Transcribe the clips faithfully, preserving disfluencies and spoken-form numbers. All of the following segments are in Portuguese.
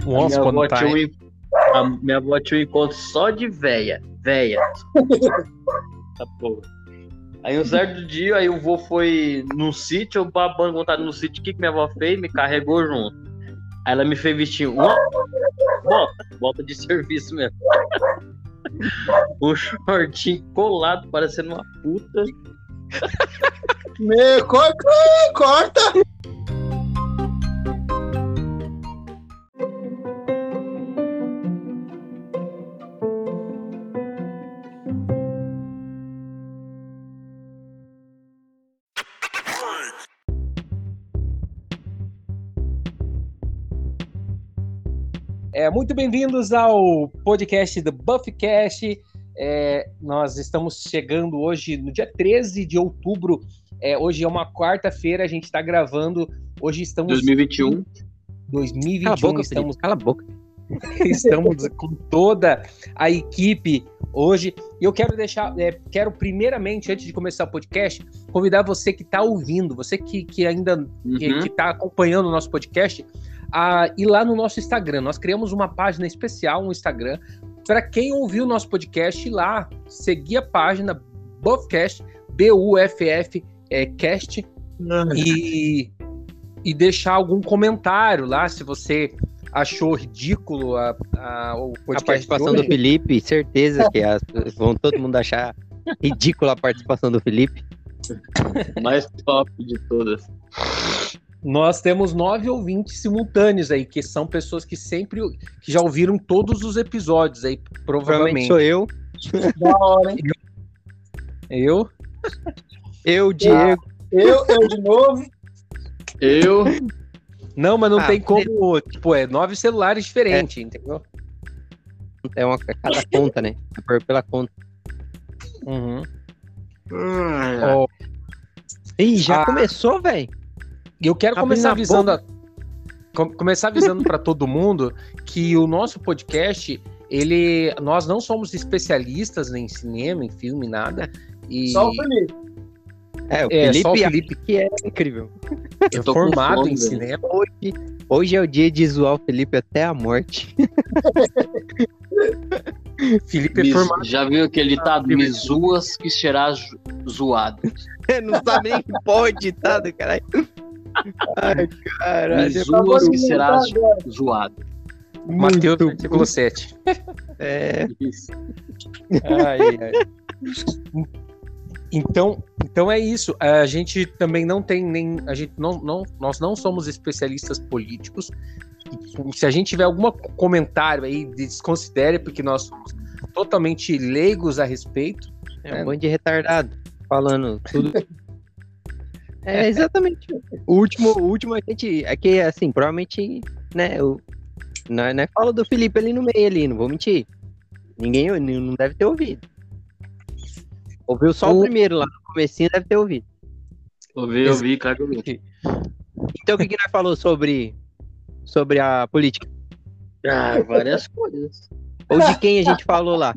Um A once minha upon avó a tinha um, time. en- a minha avó tinha um encontro só de véia. Véia. Tá porra. Aí um certo dia, aí o vô foi num sítio, eu babando vontade no sítio, o que, que minha avó fez? Me carregou junto. Aí ela me fez vestir uma bota, bota de serviço mesmo. Um shortinho colado, parecendo uma puta. Me corta, corta. É, muito bem-vindos ao podcast do Buffcast. É, nós estamos chegando hoje no dia treze de outubro. É, hoje é uma quarta-feira, a gente está gravando. Hohoje estamos. dois mil e vinte e um. dois mil e vinte e um, Cala a boca, estamos. Felipe, cala a boca. Estamos com toda a equipe hoje. E eu quero deixar, é, quero primeiramente, antes de começar o podcast, convidar você que está ouvindo, você que, que ainda Uhum. que está acompanhando o nosso podcast, a ir lá no nosso Instagram. Nós criamos uma página especial, um Instagram, para quem ouviu o nosso podcast, ir lá, seguir a página Buffcast, B U F F é, Cast, e, e deixar algum comentário lá, se você achou ridículo a, a, o podcast A participação do Felipe, certeza que as, vão todo mundo achar ridícula a participação do Felipe. Mais top de todas. Nós temos nove ouvintes simultâneos aí, que são pessoas que sempre, que já ouviram todos os episódios aí, provavelmente. Provavelmente sou eu, Da hora, hein? Eu? eu, Diego. Eu, eu de novo. Eu. Não, mas não Ah, tem como, tipo, é nove celulares diferentes, entendeu? É uma cada conta, né? É por- pela conta. Uhum. Hum, Ó, Ih, já Ah. começou, velho? E eu quero Abre começar na avisando, a- com- começar avisando para todo mundo que o nosso podcast, ele, nós não somos especialistas nem em cinema, em filme, nada. E Só o Felipe. É, o É, Felipe, só o acha Felipe. que é incrível. é tô com formado fome, em velho. cinema. Hoje, hoje é o dia de zoar o Felipe até a morte. Felipe é me- formado. já viu aquele ditado? Me zoas que serás zo- zoado. Não sabe nem que pode ditado, caralho. Ai, Me caralho. zoas que serás zoado. Mateus, Muito versículo sete. É, Isso. Ai, ai. Então, então é isso. A gente também não tem nem, a gente não, não, nós não somos especialistas políticos. Se a gente tiver algum comentário aí, desconsidere, porque nós somos totalmente leigos a respeito. é um bando de retardado falando tudo. É, exatamente. O último, o último a gente. Aqui, assim, provavelmente, né? O, nós, nós fala do Felipe ali no meio ali, não vou mentir. Ninguém não deve ter ouvido. Ouviu só o, O- primeiro lá no comecinho, deve ter ouvido. Ouvi, ouvi, claro que eu vi. Então o que, que nós falou sobre, sobre a política? Ah, várias coisas. Ou de quem a gente falou lá?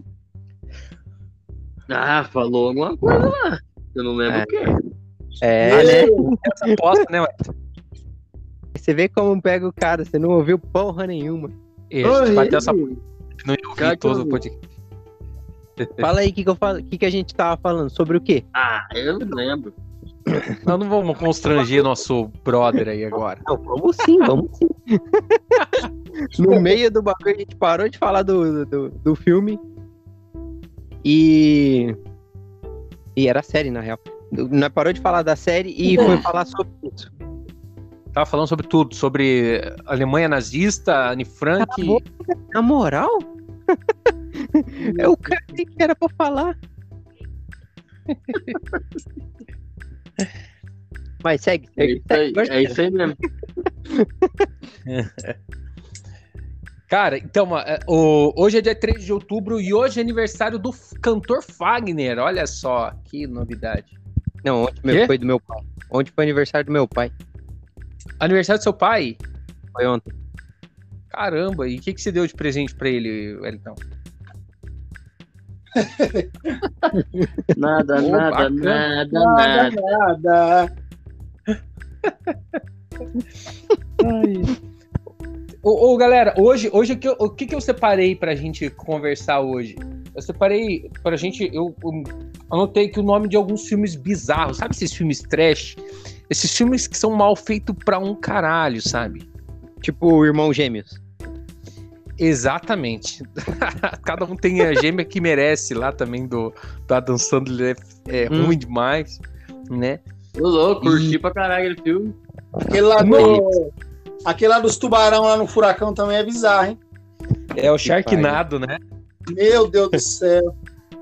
Ah, falou alguma coisa lá. Eu não lembro É. o quê. É, né? Essa aposta, né? Você vê como pega o cara, você não ouviu porra nenhuma. E a gente bateu essa Oi. não ia ouvir Cara, que todo eu o vi. podcast. Fala aí o que, que, eu falo- que, que a gente tava falando, sobre o quê? Ah, eu não lembro. Nós não vamos constranger nosso brother aí agora. Não, vamos sim, vamos sim. No meio do bagulho a gente parou de falar do, do, do filme e... E era série, na real. Nós parou de falar da série e foi falar sobre isso. Tava falando sobre tudo, sobre Alemanha nazista, Anne Frank. Acabou. Na moral? É o cara que era pra falar. Mas segue, É segue. isso aí, segue. é isso aí mesmo. Cara, então, é, o- hoje é dia treze de outubro e hoje é aniversário do f- cantor Fagner. Olha só, que novidade. Não, ontem Quê? meu, foi do meu pai. Ontem foi aniversário do meu pai. Aniversário do seu pai? Foi ontem. Caramba, e o que, que você deu de presente pra ele, Wellington? Nada, Oh, nada, bacana. nada, Nada, nada. nada. Ô, ô, galera, hoje, hoje o, que eu, o que, que eu separei pra gente conversar hoje? Eu separei pra gente. Eu, eu anotei que o nome de alguns filmes bizarros, sabe esses filmes trash? Esses filmes que são mal feitos pra um caralho, sabe? Tipo Irmão Gêmeos. Exatamente. Cada um tem a gêmea que merece lá também do, do Adam Sandler. É, é Hum. ruim demais, né? Ô, louco, curti E- pra caralho aquele filme. Aquele lá, do... Aquele lá dos tubarão lá no furacão também é bizarro, hein? É o Sharknado, né? Meu Deus do céu.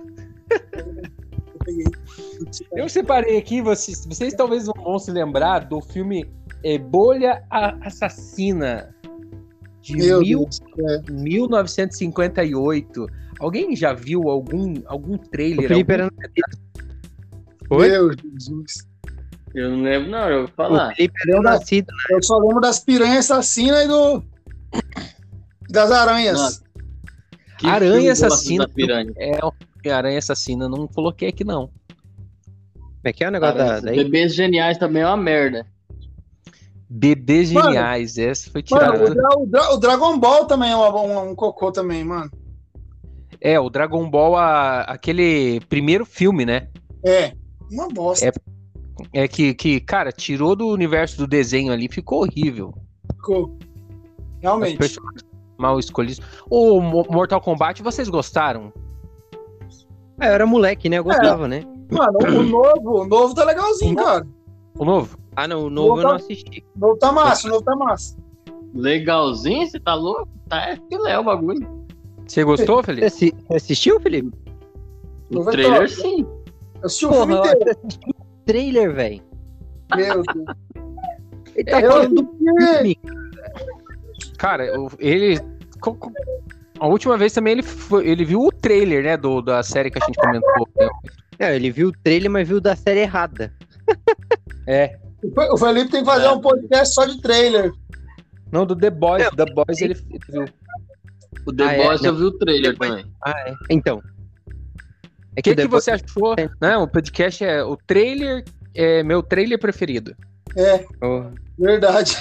Eu separei aqui, vocês, vocês talvez não vão se lembrar do filme é, Bolha a- Assassina, de Meu mil, Deus do céu. mil novecentos e cinquenta e oito. Alguém já viu algum, algum O trailer? Felipe algum- era, Oi? Meu Jesus. Eu não lembro, não, eu vou o falar. Felipe era nascido. Eu só lembro das piranhas assassinas e do. Das aranhas. Nossa. Que Aranha filme bosta Assassina. da piranha. É, o Aranha Assassina, não coloquei aqui não. Como é que é o negócio da, Cara, daí? Bebês Geniais também é uma merda. Bebês Mano, Geniais, essa foi tirada. Mano, o, Dra- o Dra- o Dragon Ball também é uma- um, um cocô também, mano. É, o Dragon Ball, a- aquele primeiro filme, né? É. Uma bosta. É. É que, que, cara, tirou do universo do desenho ali, ficou horrível. Ficou. Os Realmente. personagens mal escolhidos. O Mo- Mortal Kombat, vocês gostaram? Ah, eu era moleque, né? Eu gostava, né? Mano, o novo, o novo tá legalzinho, cara. O novo? Ah, não, o novo eu não assisti. O novo tá massa, o novo tá massa. Legalzinho, você tá louco? Tá, é filé o bagulho. Você gostou, Você Felipe? assi- você assistiu, Felipe? O Novo é trailer top. sim. Eu assisti o Porra, filme eu inteiro. assisti o trailer, velho. Meu Deus. Ele tá Eu falando do assisti. filme. Cara, o- ele. co- co- A última vez também ele, foi- ele viu o trailer, né? Do, da série que a gente comentou. né? É, ele viu o trailer, mas viu da série errada. É. O Felipe tem que fazer É. um podcast só de trailer. Não, do The Boys. Não, The Boys ele, ele viu. O The Ah, é? Boys eu Não. vi o trailer também. Ah, é. Então. É O que, o The que você achou? Né? O podcast é. O trailer é meu trailer preferido. É, Boys- verdade.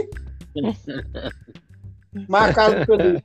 Marcado pelo.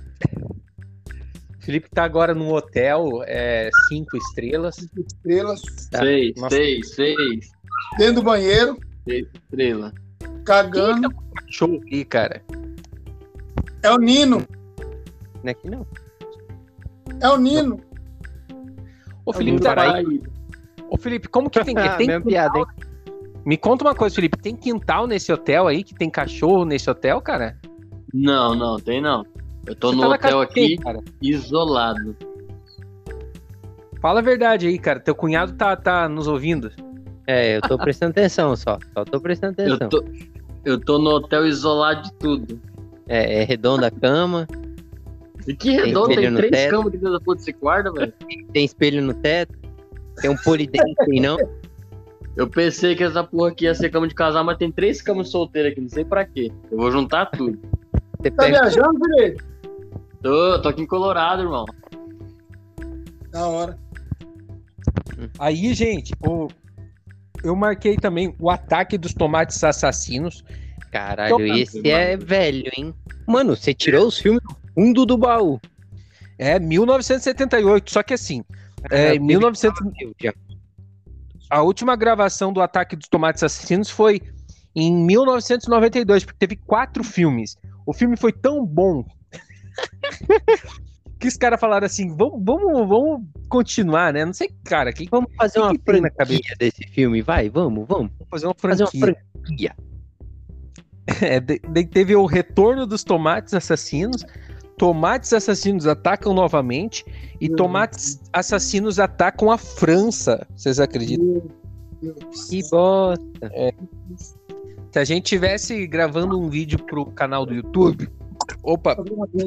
O Felipe tá agora num hotel, é, cinco estrelas. Estrelas. Tá. Seis, Nossa. seis, seis. Dentro do banheiro, Seis estrelas. cagando. Show aí, cara. É o Nino. Não é que não. É o Nino. Ô, Felipe, do tá, Paraíba. ô, Felipe, como que tem. tem Mesma piada, hein? Me conta uma coisa, Felipe. Tem quintal nesse hotel aí? Que tem cachorro nesse hotel, cara? Não, não, tem não. Eu tô Você no tá na hotel casa de quem, aqui, cara? isolado. Fala a verdade aí, cara. Teu cunhado tá, tá nos ouvindo. É, eu tô prestando atenção só. Só tô prestando Eu atenção. tô, eu tô no hotel isolado de tudo. É, é redonda a cama, E que redondo, espelho tem no três teto. camas dentro da porra desse quarto, velho. tem espelho no teto, tem um polidense aí, não? Eu pensei que essa porra aqui ia ser cama de casal, mas tem três camas solteiras aqui, não sei pra quê. Eu vou juntar tudo. Você Tá pega. viajando, Felipe? Tô, tô aqui em Colorado, irmão. Da hora. Aí, gente, o... eu marquei também o Ataque dos Tomates Assassinos. Caralho, Então, esse é velho, hein? Mano, você tirou os filmes do fundo do baú. É mil novecentos e setenta e oito. Só que assim, é, em mil e novecentos... Já. a última gravação do Ataque dos Tomates Assassinos foi em mil novecentos e noventa e dois, porque teve quatro filmes. O filme foi tão bom que os caras falaram assim: vamos, vamos, vamos continuar, né? Não sei, cara, que Vamos fazer que uma que tem na franquia desse filme, vai, vamos, vamos. fazer uma Fazer uma franquia. franquia. É, de- de- teve o Retorno dos Tomates Assassinos. Tomates Assassinos atacam novamente e Meu Tomates Assassinos atacam a França. Vocês acreditam? Meu Deus. Que bosta. Se a gente tivesse gravando um vídeo pro canal do YouTube, opa,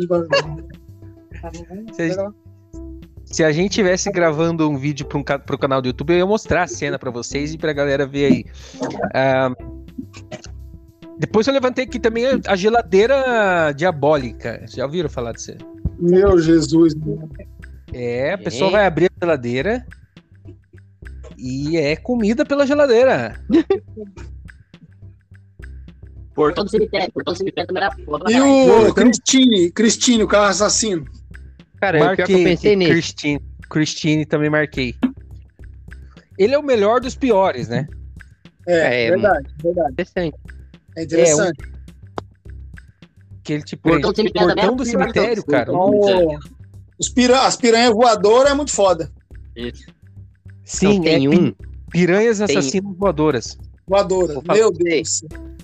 Vocês- se a gente tivesse gravando um vídeo para um, ca- pro canal do YouTube, eu ia mostrar a cena para vocês e pra galera ver aí. Ah, depois eu levantei aqui também a- a geladeira diabólica. Já ouviram falar disso? Meu Jesus. Meu. É, a pessoa É. vai abrir a geladeira e é comida pela geladeira. Portão do cemitério. Portão do cemitério também era foda. E o Christine, Christine, o carro assassino. Cara, o pior que eu pensei nele. Christine, Christine também marquei. Ele é o melhor dos piores, né? É, É, verdade, verdade. Interessante. É interessante. Que ele te Portão prende. do cemitério Portão também do é cemitério, pior, cara. portão do cemitério. Os pira, as piranhas voadoras é muito foda. Isso. Sim, Não, tem é um. Piranhas Tem- Assassinas Voadoras. Voadora. Vou falar Meu pra Deus.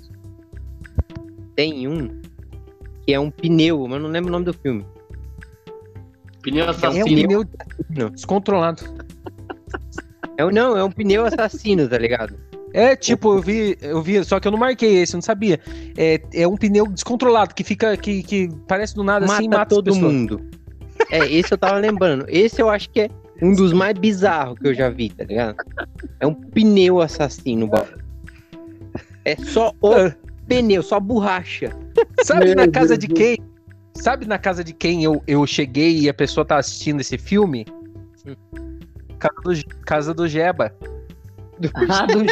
Tem um que é um pneu, mas eu não lembro o nome do filme. Pneu É um assassino. pneu Não. descontrolado. É um, não, é um pneu assassino, tá ligado? É, tipo, eu vi, eu vi, só que eu não marquei esse, eu não sabia. É, é um pneu descontrolado, que fica, que, que parece do nada Mata, assim, mata todo as pessoas. mundo. É, esse eu tava lembrando. Esse eu acho que é um dos mais bizarros que eu já vi, tá ligado? É um pneu assassino, bom. É só o Ah. pneu, só borracha. Sabe Meu na casa Deus de Deus. quem? Sabe na casa de quem eu, eu cheguei e a pessoa tá assistindo esse filme? Hum. Casa do, casa do Jeba. Ah, do...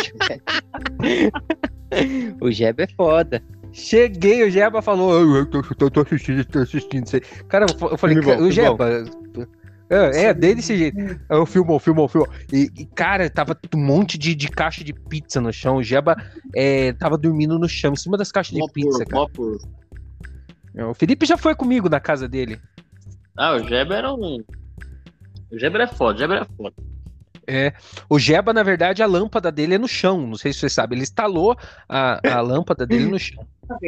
O Jeb é foda. Cheguei, o Jeba falou, "Eu- eu tô, tô- tô assistindo, tô assistindo isso aí." Cara, eu fa- eu falei, Filme bom, "Cara, o filme Jeba. É, é dele desse jeito. Aí eu filmou, filmou, filmou. E, e, cara, tava um monte de, de caixa de pizza no chão. O Jeba é, tava dormindo no chão, em cima das caixas Mó de pizza, por, cara. mó por. O Felipe já foi comigo na casa dele. Ah, o Jeber era um. O Jeber é foda, o Jeber é foda. É, o Jeba, na verdade, a lâmpada dele é no chão. Não sei se você sabe. Ele instalou a, a lâmpada dele no chão.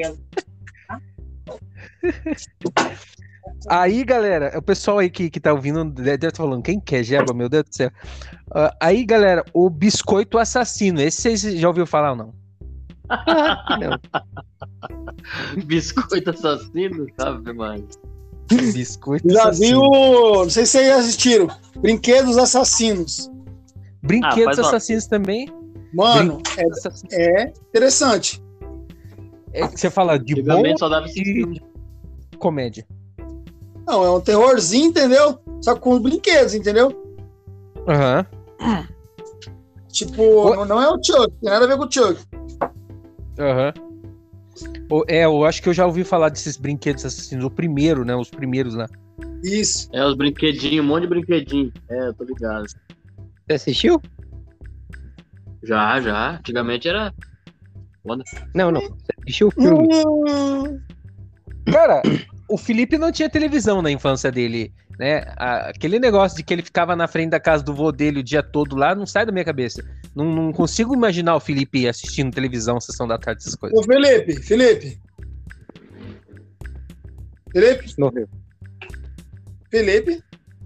Aí, galera, o pessoal aí que, que tá ouvindo deve estar falando, quem que é Jeba? Meu Deus do céu. Ah, aí, galera, o Biscoito Assassino. Esse vocês já ouviram falar ou não? Claro que não. Biscoito assassino, sabe, mano? Biscoito Já Assassino. viu, não sei se vocês assistiram, Brinquedos Assassinos. Brinquedos Ah, faz uma- Assassinos também. Mano, é, Assassinos. é interessante. É que você fala de bom Antigamente só dava esse e filme. comédia. Não, é um terrorzinho, entendeu? Só que com brinquedos, entendeu? Aham. Tipo, não, não é o Chuck, tem nada a ver com o Chuck. Aham. O- É, eu acho que eu já ouvi falar desses brinquedos assassinos. O primeiro, né? Os primeiros lá. Isso. É, os brinquedinhos, um monte de brinquedinho. É, eu tô ligado. Você assistiu? Já, já. Antigamente era. Foda. Não, não. Você assistiu o filme? Hum, Cara, o Felipe não tinha televisão na infância dele, né? A- Aquele negócio de que ele ficava na frente da casa do vô dele o dia todo lá, não sai da minha cabeça. Não, não consigo imaginar o Felipe assistindo televisão, sessão da tarde, essas coisas. Ô, Felipe, Felipe. Felipe, Morreu. Felipe.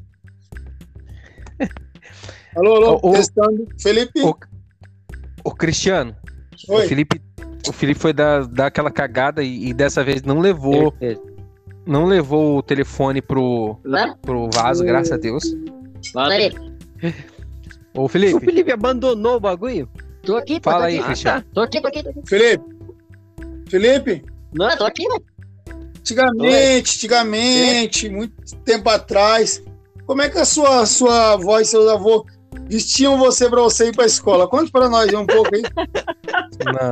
Alô, alô, Ô, ô, testando. Felipe, ô, Ô, Cristiano, o oi. Felipe, o Felipe foi dar, dar aquela cagada e, e dessa vez não levou, Certeza. não levou o telefone pro, Né? pro vaso, graças a Deus. Fala aí. Ô, O Felipe, Felipe abandonou o bagulho? Tô aqui, pô. fala tô aí, aqui. Cristiano. Tô aqui, tô aqui, tô aqui. Felipe, Felipe, Não, tô aqui, velho. antigamente, antigamente, muito tempo atrás, como é que a sua, sua avó e seus avós vestiam você pra você ir pra escola? Conte pra nós um pouco aí. Não.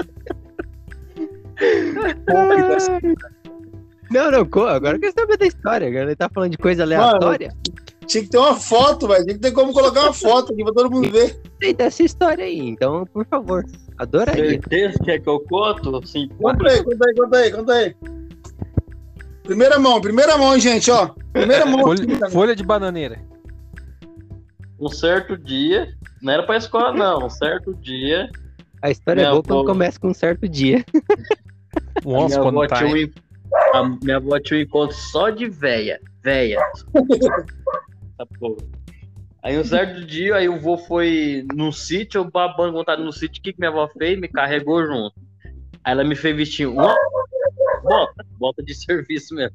Não, não, co- agora eu quero saber da história. Agora ele tá falando de coisa aleatória. Tinha que ter uma foto, velho. Tinha que ter como colocar uma foto aqui pra todo mundo ver. Tem dessa história aí, então, por favor. Adoraria. Certeza que é que eu conto? Sim, Conta aí, conta aí, conta aí, conta aí. Primeira mão, primeira mão, gente, ó. Primeira mão. aqui, Folha, tá? folha de bananeira. Um certo dia, não era pra escola, não. Um certo dia, A história é Minha boa quando avó- começa com um certo dia. Um a once minha upon avó a tinha um, time. en- a minha avó tinha um encontro só de véia. Véia. Essa porra. Aí um certo dia, aí o vô foi num sítio, eu babando vontade no sítio, o que, que minha avó fez? Me carregou junto. Aí ela me fez vestir uma bota, bota de serviço mesmo.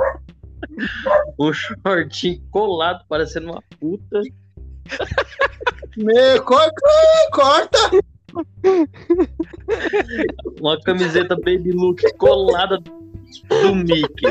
Um shortinho colado, parecendo uma puta. Me, corta, corta. Uma camiseta baby look colada do Mickey.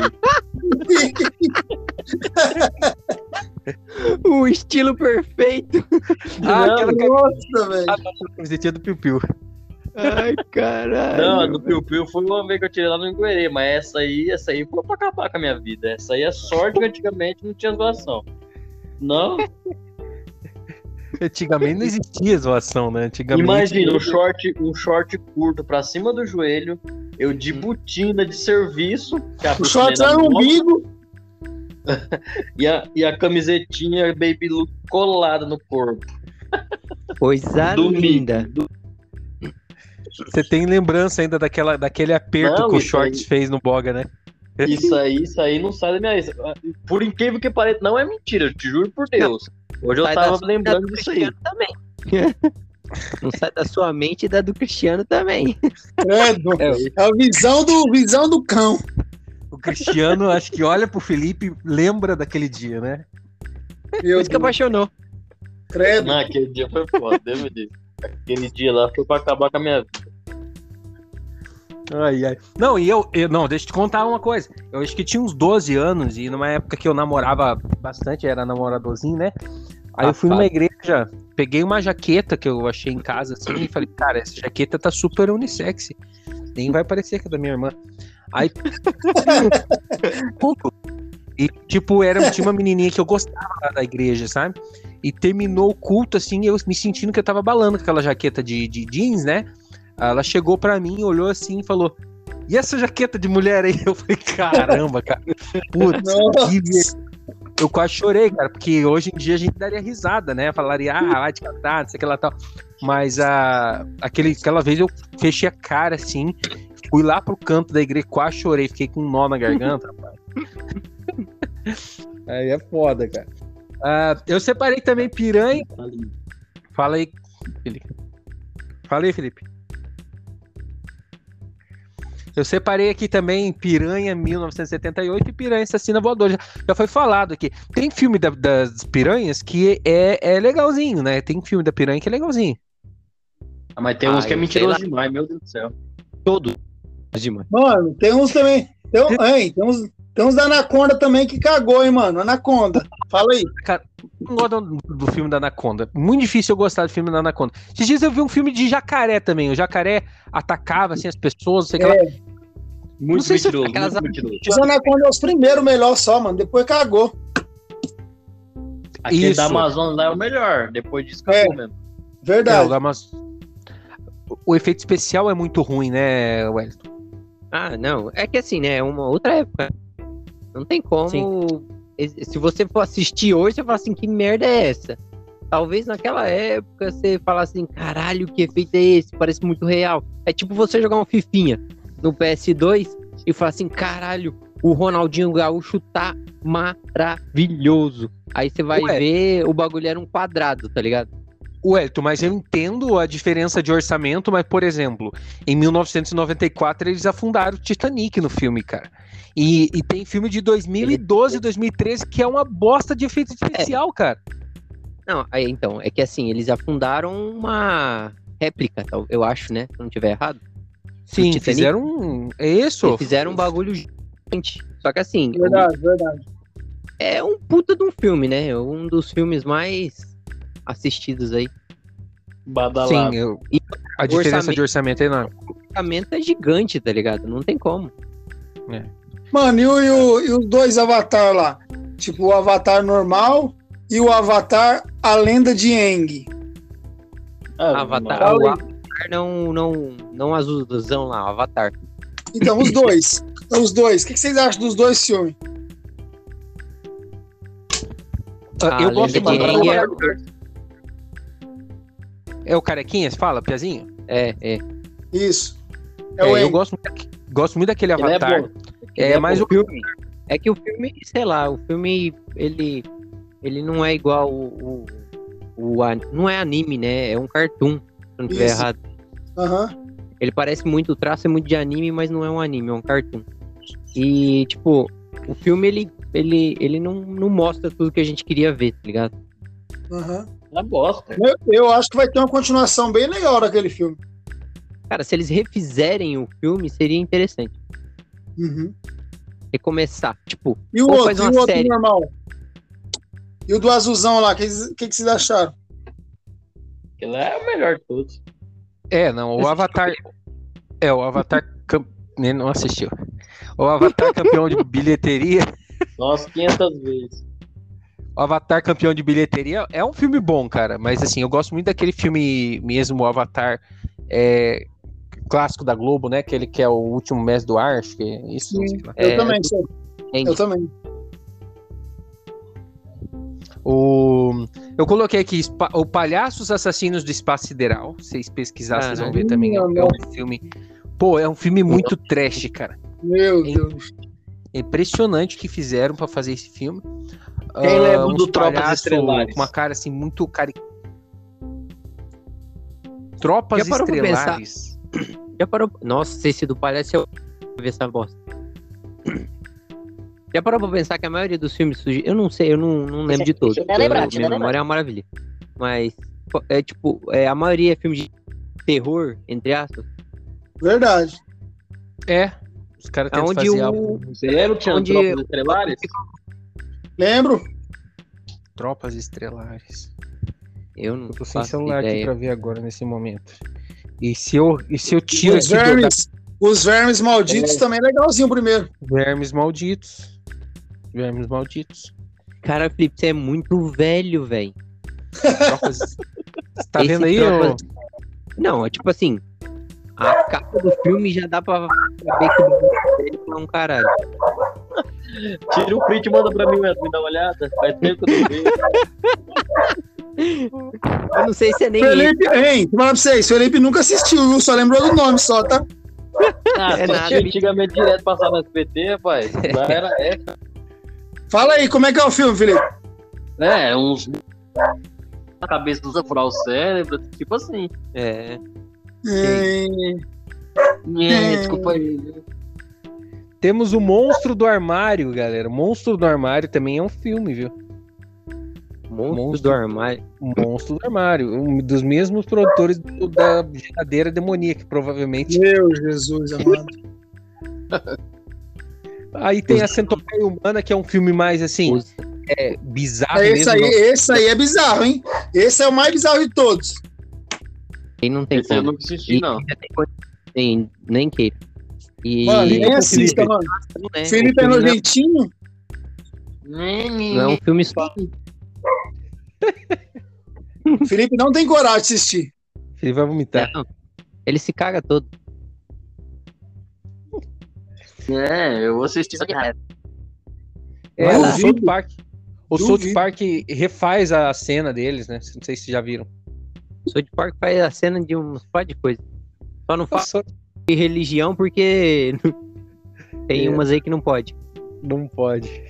O estilo perfeito. Ah, Não, aquela Nossa, velho. camisetinha do Piu Piu. Ai, caralho. Não, a do Piu Piu foi uma vez que eu tirei lá no Iguerê, mas essa aí, essa aí foi pra acabar com a minha vida. Essa aí é sorte que antigamente não tinha zoação. Não, Antigamente não existia zoação, né? Antigamente. imagina um short, um short curto pra cima do joelho, eu de botina de serviço, que a O short botina era era no nova, umbigo. e a, e a camisetinha Baby Look colada no corpo. Coisa Domingo. linda. Você tem lembrança ainda daquela, daquele aperto Não, que o isso Shorts aí- fez no Boga, né? Isso aí, isso aí não sai da minha cabeça. Por incrível que pareça, não é mentira, eu te juro por Deus. Hoje eu Sai tava da- lembrando da do disso aí. Cristiano também. Não sai da sua mente e da do Cristiano também. Credo. É, É a visão do, visão do cão. o Cristiano, acho que olha pro Felipe, lembra daquele dia, né? Por Meu isso que Deus. apaixonou. Credo. Não, aquele dia foi foda, Deus me livre. Aquele dia lá foi pra acabar com a minha vida. Ai, ai. Não, e eu, eu- Não, deixa eu te contar uma coisa. Eu acho que tinha uns doze anos, e numa época que eu namorava bastante, era namoradorzinho, né? Aí eu fui numa igreja, peguei uma jaqueta que eu achei em casa, assim, e falei, cara, essa jaqueta tá super unissex. Nem vai parecer que é da minha irmã. Aí. Ponto. E, tipo, era, tinha uma menininha que eu gostava lá da igreja, sabe? E terminou o culto, assim, eu me sentindo que eu tava balando com aquela jaqueta de, de jeans, né? Ela chegou pra mim, olhou assim e falou: e essa jaqueta de mulher aí? Eu falei, caramba, cara. Putz, Nossa. que ver- eu quase chorei, cara, porque hoje em dia a gente daria risada, né? Falaria, ah, vai te catar, não sei o que lá tal. Mas a, aquele, aquela vez eu fechei a cara assim, fui lá pro canto da igreja, quase chorei, fiquei com um nó na garganta, rapaz. Aí é foda, cara. Ah, eu separei também piranha. Fala aí, Felipe. Fala aí, Felipe. Eu separei aqui também Piranha mil novecentos e setenta e oito e Piranha Assassina Voadora. Já, já foi falado aqui. Tem filme da- das piranhas que é, é legalzinho, né? Tem filme da piranha que é legalzinho. Ah, mas tem Ah, uns que é eu mentiroso sei lá. demais, meu Deus do céu. Todo. Demais. Mano, tem uns também. Tem, um- hein, tem, uns, tem uns da Anaconda também que cagou, hein, mano? Anaconda. Fala aí. Não gosto do, do filme da Anaconda. Muito difícil eu gostar do filme da Anaconda. Esses dias eu vi um filme de jacaré também. O jacaré atacava assim, as pessoas, não sei o que lá. Muito Não sei se mentiroso, aquelas- muito mentiroso. Os Anaconda é os primeiros melhor só, mano. Depois cagou. Aquele Isso. da Amazonas lá é o melhor. Depois disso, É. acabou mesmo. É, Verdade. o, mas... o efeito especial é muito ruim, né, Wellington? Ah, não. É que assim, né? É uma outra época. Não tem como. Se você for assistir hoje, você fala assim, que merda é essa? Talvez naquela época você fala assim, caralho, que efeito é esse? Parece muito real. É tipo você jogar uma fifinha no P S dois e falar assim, caralho, o Ronaldinho Gaúcho tá maravilhoso. Aí você vai Ué. ver, o bagulho era um quadrado, tá ligado? Wellington, mas eu entendo a diferença de orçamento, mas, por exemplo, em mil novecentos e noventa e quatro eles afundaram o Titanic no filme, cara. E, e tem filme de dois mil e doze, dois mil e treze que é uma bosta de efeito especial, cara. Não, aí então, é que assim, eles afundaram uma réplica, tal- eu acho, né? Se eu não tiver errado. Sim, Titanic? fizeram um... É isso? Eles fizeram um bagulho gigante. Só que assim, Verdade, verdade. é um puta de um filme, né? Um dos filmes mais assistidos aí. Badalado. Sim, eu- E a diferença orçamento- de orçamento é enorme. O orçamento é gigante, tá ligado? Não tem como. Mano, e, o- e o- e os dois Avatar lá? Tipo, o Avatar normal e o Avatar A Lenda de Aang. Ah, Avatar, mano. o Avatar não, não, não azulzão lá, o Avatar. Então, os dois. Os dois. O que que vocês acham dos dois filmes? Ah, A eu gosto Lenda de muito. Aang é- É o Carequinha, você fala, Piazinho? É, é. Isso. É, É, o eu Aang. gosto, muito- gosto muito daquele Ele é Avatar. bom. É, mas o o filme. É que o filme, sei lá, o filme, ele, ele não é igual o, o, o an- não é anime, né? É um cartoon, se eu não estiver Isso. errado. Aham. Ele parece muito, o traço é muito de anime, mas não é um anime, é um cartoon. E, tipo, o filme, ele, ele, ele não, não mostra tudo que a gente queria ver, tá ligado? Aham. É bosta. Eu, eu acho que vai ter uma continuação bem legal daquele filme. Cara, se eles refizerem o filme, seria interessante. Uhum. Recomeçar, tipo, E o Ou outro, faz e uma o outro série. normal? E o do azulzão lá, o que, que, que vocês acharam? Ele é o melhor de todos. É, não, o Avatar. É, o Avatar. Cam... Ele não assistiu. O Avatar campeão de bilheteria. Nossa, quinhentas vezes. O Avatar campeão de bilheteria é um filme bom, cara. Mas assim, eu gosto muito daquele filme mesmo, o Avatar é, clássico da Globo, né? Aquele que é o Último Mestre do Ar, acho que é isso. Sim, sei lá. eu É, também, sou. Tem- Eu também. O... Eu coloquei aqui Espa- o Palhaços Assassinos do Espaço Sideral. Vocês pesquisar, vocês vão ver também. É um, é um filme. Pô, é um filme muito trash, cara. Meu Hein? Deus. É impressionante o que fizeram pra fazer esse filme. Quem Ah, lembra uns do Tropas palhaços Estelares? com uma cara assim muito cari... Tropas Já parou pra Estelares. Já parou. Nossa, esse do palhaço eu ver essa bosta. Já parou pra pensar que a maioria dos filmes surge... Eu não sei, eu não, não lembro de todos. Deixa eu lembrar, Eu- deixa eu Minha memória é uma maravilha. Mas, pô, é tipo, é, a maioria é filme de terror, entre aspas. Verdade. É. Os caras tentam Aonde fazer o- algo. Você lembra que tinha Onde- Tropas Estelares? Lembro. Tropas Estelares. Eu não Eu tô sem faço celular aqui ideia. pra ver agora nesse momento. E se eu, e se eu tiro Os aqui do, da vermes, os vermes malditos também é legalzinho primeiro. Vermes Malditos. Vermes Malditos. Cara, Felipe, você é muito velho, velho. Tropas... Você tá Esse vendo aí? Tropas- ô? Não, é tipo assim, a capa do filme já dá pra saber que o bagulho dele é um caralho. Tira o print e manda pra mim, Beto, me dá uma olhada. Faz tempo que eu não vejo. Eu não sei se é nem ele. Felipe, hein, vou falar pra vocês, Felipe nunca assistiu, viu? Só lembrou do nome só, tá? Ah, É só nada, tinha ele- antigamente direto passar no S B T, rapaz. Lá era é, Fala aí, como é que é o filme, Felipe? é uns. A cabeça usa furar o cérebro, tipo assim. É. Hum, É, desculpa aí. Temos o Monstro do Armário, galera. O Monstro do Armário também é um filme, viu? Monstro, Monstro. do armário. O Monstro do Armário. Um dos mesmos produtores do- da Geladeira Demoníaca, provavelmente. Meu Jesus amado. Aí tem a Centopeia Humana, que é um filme mais, assim, Os- é, bizarro Esse mesmo. aí, não- esse aí é bizarro, hein? Esse é o mais bizarro de todos. Quem não tem Esse eu como. nunca assisti, não. já tem coisa- tem- nem que. E Mano, nem Felipe. assista, mano. né, Felipe o é filme não, nojentinho. não é um filme só. Felipe não tem coragem de assistir. Ele vai vomitar. Não. Ele se caga todo. É, eu vou assistir isso aqui. É, Vai o lá. South Park. O South Duvido. Park refaz a cena deles, né? Não sei se vocês já viram. O South Park faz a cena de uns par de coisas. Só não fala Nossa, de religião porque tem É. umas aí que não pode. não pode.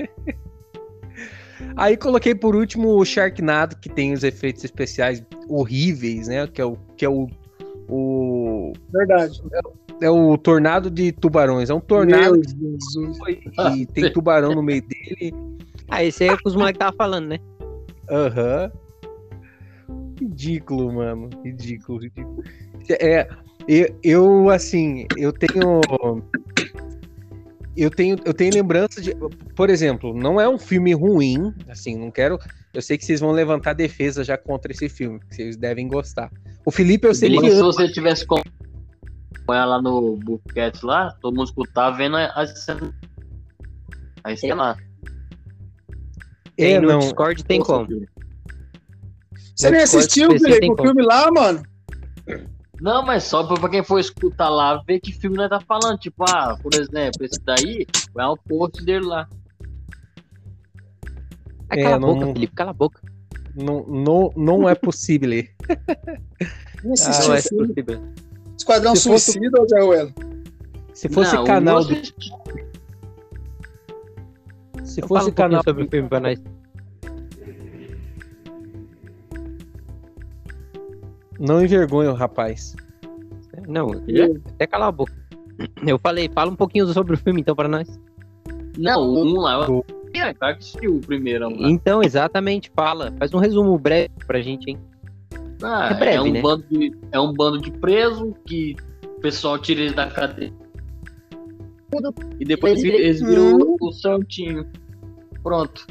Aí coloquei por último o Sharknado, que tem os efeitos especiais horríveis, né? Que é o, que é o, o Verdade. é o tornado de tubarões. É um tornado Meu Jesus. e tem tubarão no meio dele. Ah, esse aí é o que os moleques estavam falando, né? Aham. Ridículo, mano. Ridículo, ridículo. É, eu, eu, assim, eu tenho. Eu tenho, eu tenho lembrança de. Por exemplo, não é um filme ruim, assim, não quero. Eu sei que vocês vão levantar defesa já contra esse filme, que vocês devem gostar. O Felipe, eu sei Mas que. se você tivesse com ela lá no Bookcats lá, todo mundo escutava vendo a cena. Aí sei lá. Tem É, no não. Discord tem como. Você nem Discord, assistiu, P C Felipe, tem o como. filme lá, mano? Não, mas só pra pra quem for escutar lá, ver que filme nós tá falando. Tipo, ah, por exemplo, esse daí vai o post dele lá. Ah, É, cala a não- boca, Felipe, cala a boca. Não, não, não é possível. Nem Não assistiu é o filme. possível. Esquadrão Se fosse- Suicida ou Zé Ruelo? Se fosse Não, canal eu do. assisti. Se Então fala fosse um pouquinho canal. sobre o filme pra nós. Não envergonha o rapaz. Não, até calar a boca. Eu falei, fala um pouquinho sobre o filme então pra nós. Não, um lá. Eu... É, cara que assistiu o primeiro lá. Então, exatamente, fala. Faz um resumo breve pra gente, hein? Ah, É breve, é, um né? bando de, é um bando de preso que o pessoal tira eles da cadeia. E depois Eles eles, viram- eles viram o, o santinho. Pronto.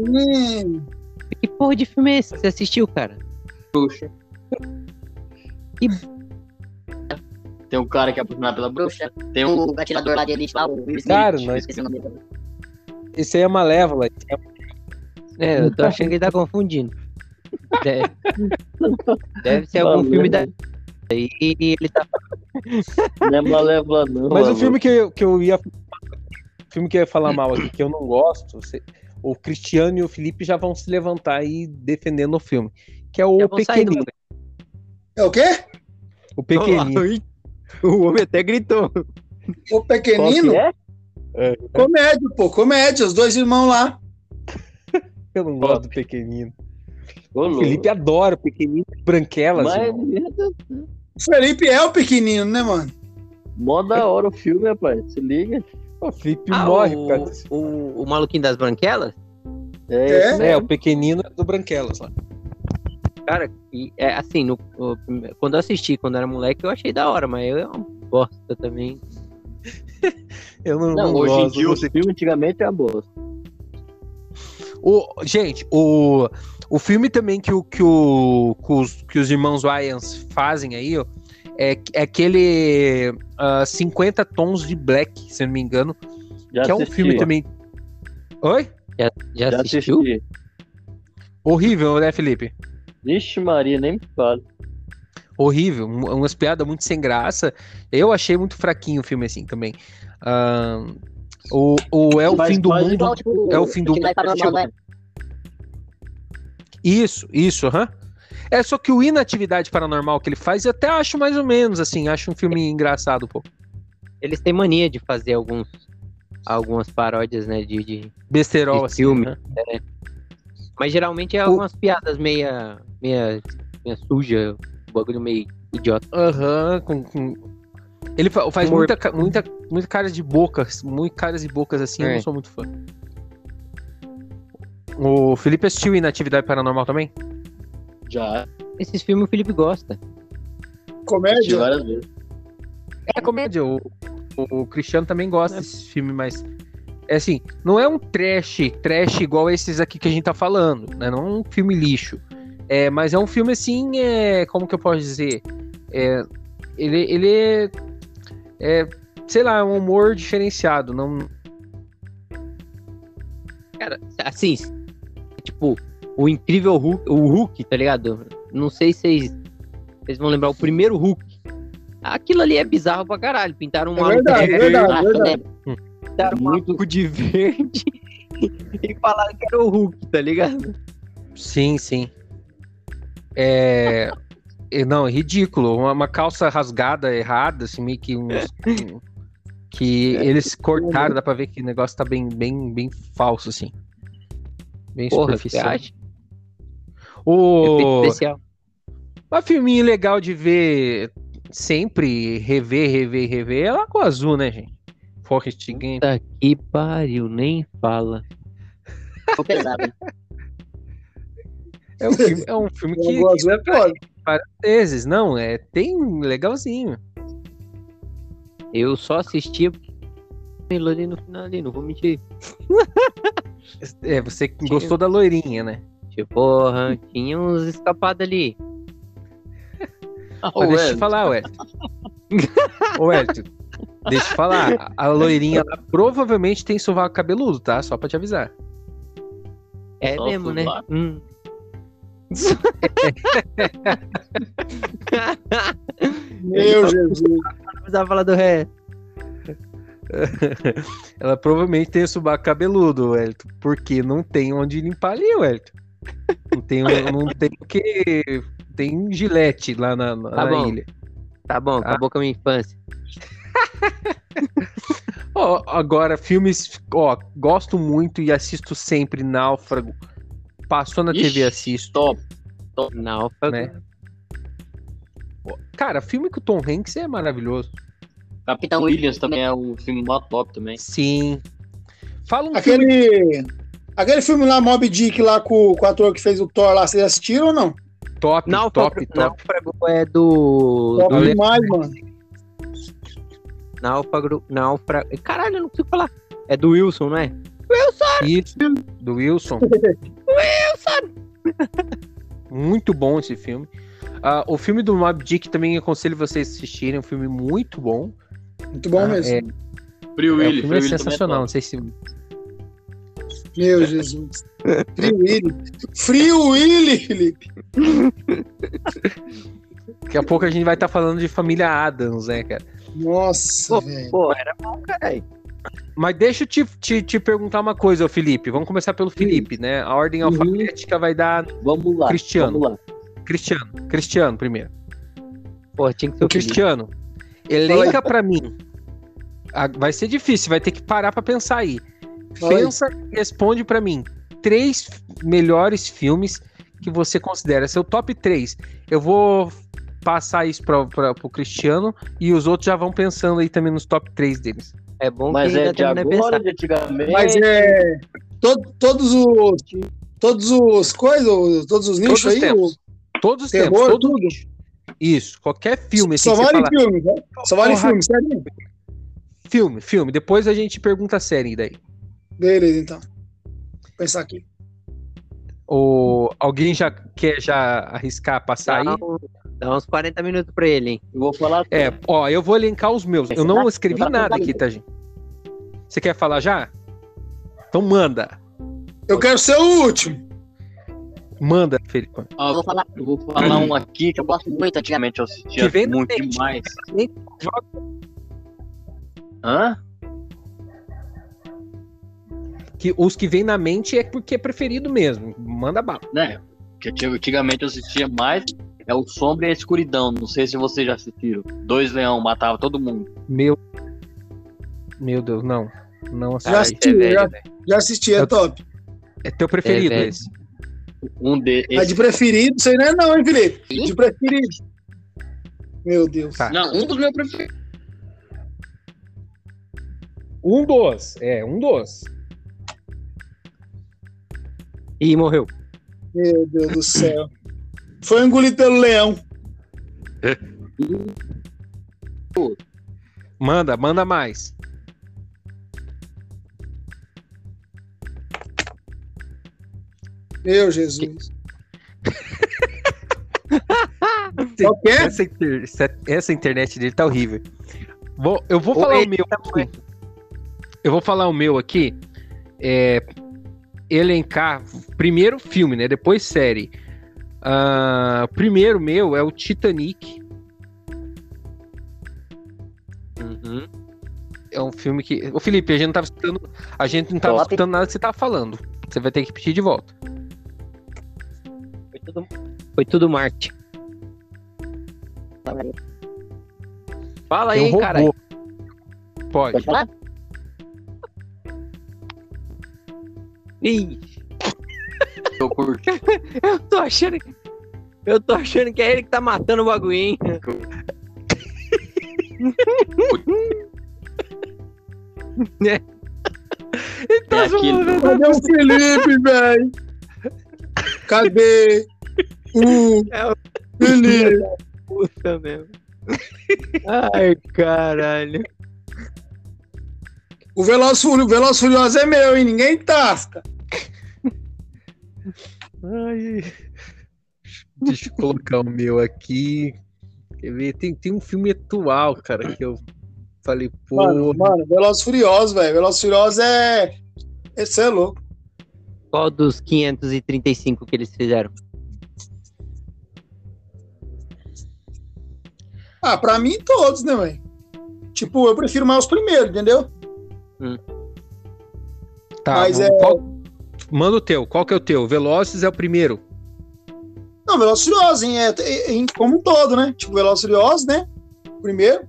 Hum, Que porra de filme é esse que você assistiu, cara? Puxa. Tem um cara que é apaixonado pela bruxa. Tem um O atirador lá de Elite lá, o Will Smith. Cara, nós- Esqueci o nome dele. Esse aí é Malévola. esse é- É, eu tô achando que ele tá confundindo. Deve, deve ser algum Malévola. filme da. E ele tá. Não é Malévola, não. Mas o mano. filme que eu, que eu ia. O filme que eu ia falar mal aqui, que eu não gosto, você- o Cristiano e o Felipe já vão se levantar aí defendendo o filme. Que é o Já vão sair do Pequenino. É o quê? O Pequenino. Ih, o homem até gritou. O Qual pequenino? que é? Comédia, pô, comédia, os dois irmãos lá. Eu não gosto do Pequenino. Ô, O louco. Felipe adora o Pequenino Branquelas. Mas, irmão. O Felipe é o pequenino, né, mano? mó da hora o filme, rapaz. Se liga. O Felipe Ah, morre o, por causa disso. o, o maluquinho das branquelas? É, É? isso É, mesmo. o Pequenino é do Branquelas lá. Cara, e, é, assim, no, o- quando eu assisti, quando eu era moleque, eu achei da hora, mas eu é uma bosta também. Eu não, Não, não hoje em gosto. dia o você- filme antigamente é a bosta. O, gente, o, o filme também que, o, que, o, que, os, que os irmãos Wayans fazem aí, ó, é, é aquele ah, cinquenta Tons de Black, se eu não me engano, Já que é um assisti. filme também... Oi? Já, já, Já assistiu? assisti. Horrível, né, Felipe? Vixe Maria, nem me fala. Horrível, um- umas piadas muito sem graça. Eu achei muito fraquinho o filme assim também. Ah, o, o É o Mas Fim do quase Mundo. Igual, tipo, É o fim do Atividade Paranormal, né? Isso, isso, aham. É só que o Inatividade Paranormal que ele faz, eu até acho mais ou menos assim, acho um filme engraçado, pô. Eles têm mania de fazer alguns, algumas paródias, né, de, de- Besterol, De assim. filme. né? Mas geralmente é algumas piadas meia, meia, meia suja, um bagulho meio idiota. Aham, com, com- Ele fa- faz Humor. muita, ca- muita, muita caras de bocas, muito caras de bocas assim, eu É. não sou muito fã. O Felipe assistiu Inatividade Paranormal também? Já Esses filmes o Felipe gosta. assisti Comédia? várias vezes. É comédia, o, o, o Cristiano também gosta desse filme, mas é assim, não é um trash, trash igual esses aqui que a gente tá falando, né? Não é um filme lixo. É, mas é um filme assim, é, como que eu posso dizer? É, ele, ele é, é, sei lá, é um humor diferenciado, não... Cara, assim, tipo, o incrível Hulk, o Hulk, tá ligado? Não sei se vocês, vocês vão lembrar, o primeiro Hulk. Aquilo ali é bizarro pra caralho. Pintaram um É maluco verdade, de é verde, verdade, Ah, é eu verdade. lembro. pintaram um maluco de verde e falaram que era o Hulk, tá ligado? Sim, sim. É... é, Não, é ridículo. Uma, uma calça rasgada, errada, assim, meio que uns... um- que eles cortaram, dá pra ver que o negócio tá bem, bem, bem falso, assim. Bem Porra, você superficial. acha? O... Efeito especial. Um filminho legal de ver sempre, rever, rever, rever, é Lagoa Azul, né, gente? Forrest Gump. Puta que pariu, nem fala. Ficou pesado. hein? É um filme, é um filme que, Lagoa que Azul é dá pra foda. ir várias vezes. Não, é, tem legalzinho. Eu só assistia ele ali no final ali, não vou mentir. É, você gostou da loirinha, né? Tipo, porra, tinha uns escapados ali. Ah, Mas o deixa eu te Ed, falar, Wellington. Ô, Wellington, deixa eu te falar. A a loirinha lá provavelmente tem sovaco cabeludo, tá? Só pra te avisar. É Só mesmo, né? sovaco? Hum. Meu Jesus. Não precisava falar do resto. Ela provavelmente tem sovaco cabeludo, Wellington. Porque não tem onde limpar ali, Wellington. Não tem, não tem o que... Tem gilete lá na, na Tá bom. ilha. Tá bom, acabou com a minha infância. Ó, agora, filmes... Ó, gosto muito e assisto sempre Náufrago. Passou na T V, Ixi, assisto. top. Náufrago. Né? Cara, filme com o Tom Hanks é maravilhoso. Capitão Williams também é um filme mó top também. Sim. Fala um filme... Aquele, aquele filme lá, Moby Dick, lá com, com o ator que fez o Thor lá, vocês assistiram ou não? Top, Náufrago, top, top. Náufrago é do. Top do demais, mano. Náufrago. Náufrago. Caralho, eu não consigo falar. É do Wilson, não é? Isso, do Wilson. Muito bom esse filme. Ah, o filme do Moby Dick também aconselho vocês a assistirem, é um filme muito bom. Muito bom Ah, mesmo. é, Free é, o Willy, filme é Free Willy sensacional, também não sei se... Meu Jesus. Free Willy. Free Willy, Felipe. Daqui a pouco a gente vai estar falando de Família Addams, né, cara? Nossa, Pô, velho. pô, era bom, caralho. Mas deixa eu te, te, te perguntar uma coisa, ô Felipe. Vamos começar pelo Felipe, né? A ordem Uhum. alfabética vai dar é top. Vamos lá, Cristiano. vamos lá. Cristiano. Cristiano primeiro. Pô, tinha que ser O o Felipe. Cristiano, elenca pra mim. Ah, vai ser difícil, vai ter que parar pra pensar aí. Fala aí. Pensa e responde pra mim. Três melhores filmes que você considera. Seu top três. Eu vou passar isso pra, pra, pro Cristiano e os outros já vão pensando aí também nos top três deles. É bom Mas que é ainda de termina agora, pensar. de antigamente. Mas é. to- todos os. Todos os coisas, todos os nichos Todos os aí. tempos. Todos os Terror, tempos. Todos tudo? Isso. Qualquer filme. o... Só assim, que você vale fala, filme, né? Só vale Porra. filme, sério? filme, filme. Depois a gente pergunta a série daí. Beleza, então. Vou pensar aqui. Ou alguém já quer já arriscar passar Dá, aí? um- dá uns quarenta minutos pra ele, hein? Eu vou falar. É, ó, eu vou elencar os meus. Eu não escrevi Dá- dá- nada aqui, tá, gente? Você quer falar já? Então manda. Eu quero ser o último. Manda, Felipe. Ah, Eu vou falar, eu vou falar um aqui que eu gosto muito antigamente. antigamente eu assistia Que vem da muito mente. demais. Joga. Hã? Que os que vem na mente é porque é preferido mesmo. Manda bala. Né? Que antig- antigamente eu assistia mais. É o Sombra e a Escuridão. Não sei se vocês já assistiram. Dois leão matava todo mundo. Meu. Meu Deus, não. Não assisti. Já Ah, assisti, isso é velho, já, velho. já assisti, é Eu- top. É teu preferido É, velho. esse. Um de, Mas esse, de preferido, isso aí não é não, hein, Felipe? De preferido. Meu Deus. Tá. Não, um dos meus preferidos. Um dos. É, um dos. Ih, morreu. Meu Deus do céu. Foi engolido pelo leão. Manda, manda mais. Meu Jesus. Qual que é? Essa, inter- essa- essa internet dele tá horrível. Vou, eu vou Ou falar o ele meu tá aqui. Eu vou falar o meu aqui. É, elencar primeiro filme, né? Depois série. Ah, primeiro meu é o Titanic. Uhum. É um filme que. Ô Felipe, a gente não tava escutando. A gente não tava Top. escutando nada que você tava falando. Você vai ter que pedir de volta. Foi tudo, foi tudo Marte. Fala Tem aí, um robô. caralho. Pode. Pode falar? Ih, Eu curti. eu tô achando que. Eu tô achando que é ele que tá matando o bagulho, hein? Ele tá É aquele- zoando. Cadê o Felipe, velho? Cadê o É o- Felipe? Puta mesmo. Ai, caralho. O Veloz Furioso, o Veloz Furioso é meu, hein? Ninguém tasca. Ai. Deixa eu colocar o meu aqui. Quer ver? Tem, tem um filme atual, cara, que eu falei, pô. Mano, mano, Veloz Furioso, velho. Veloz Furioso é. Esse é louco. Qual dos quinhentos e trinta e cinco que eles fizeram? Ah, pra mim, todos, né, velho? Tipo, eu prefiro mais os primeiros, entendeu? Tá, mas vamos- é- qual- manda o teu. Qual que é o teu? Velozes é o primeiro. Não, Veloz Furioso, hein? É, é- é como um todo, né? Tipo, Veloz Furioso, né? Primeiro.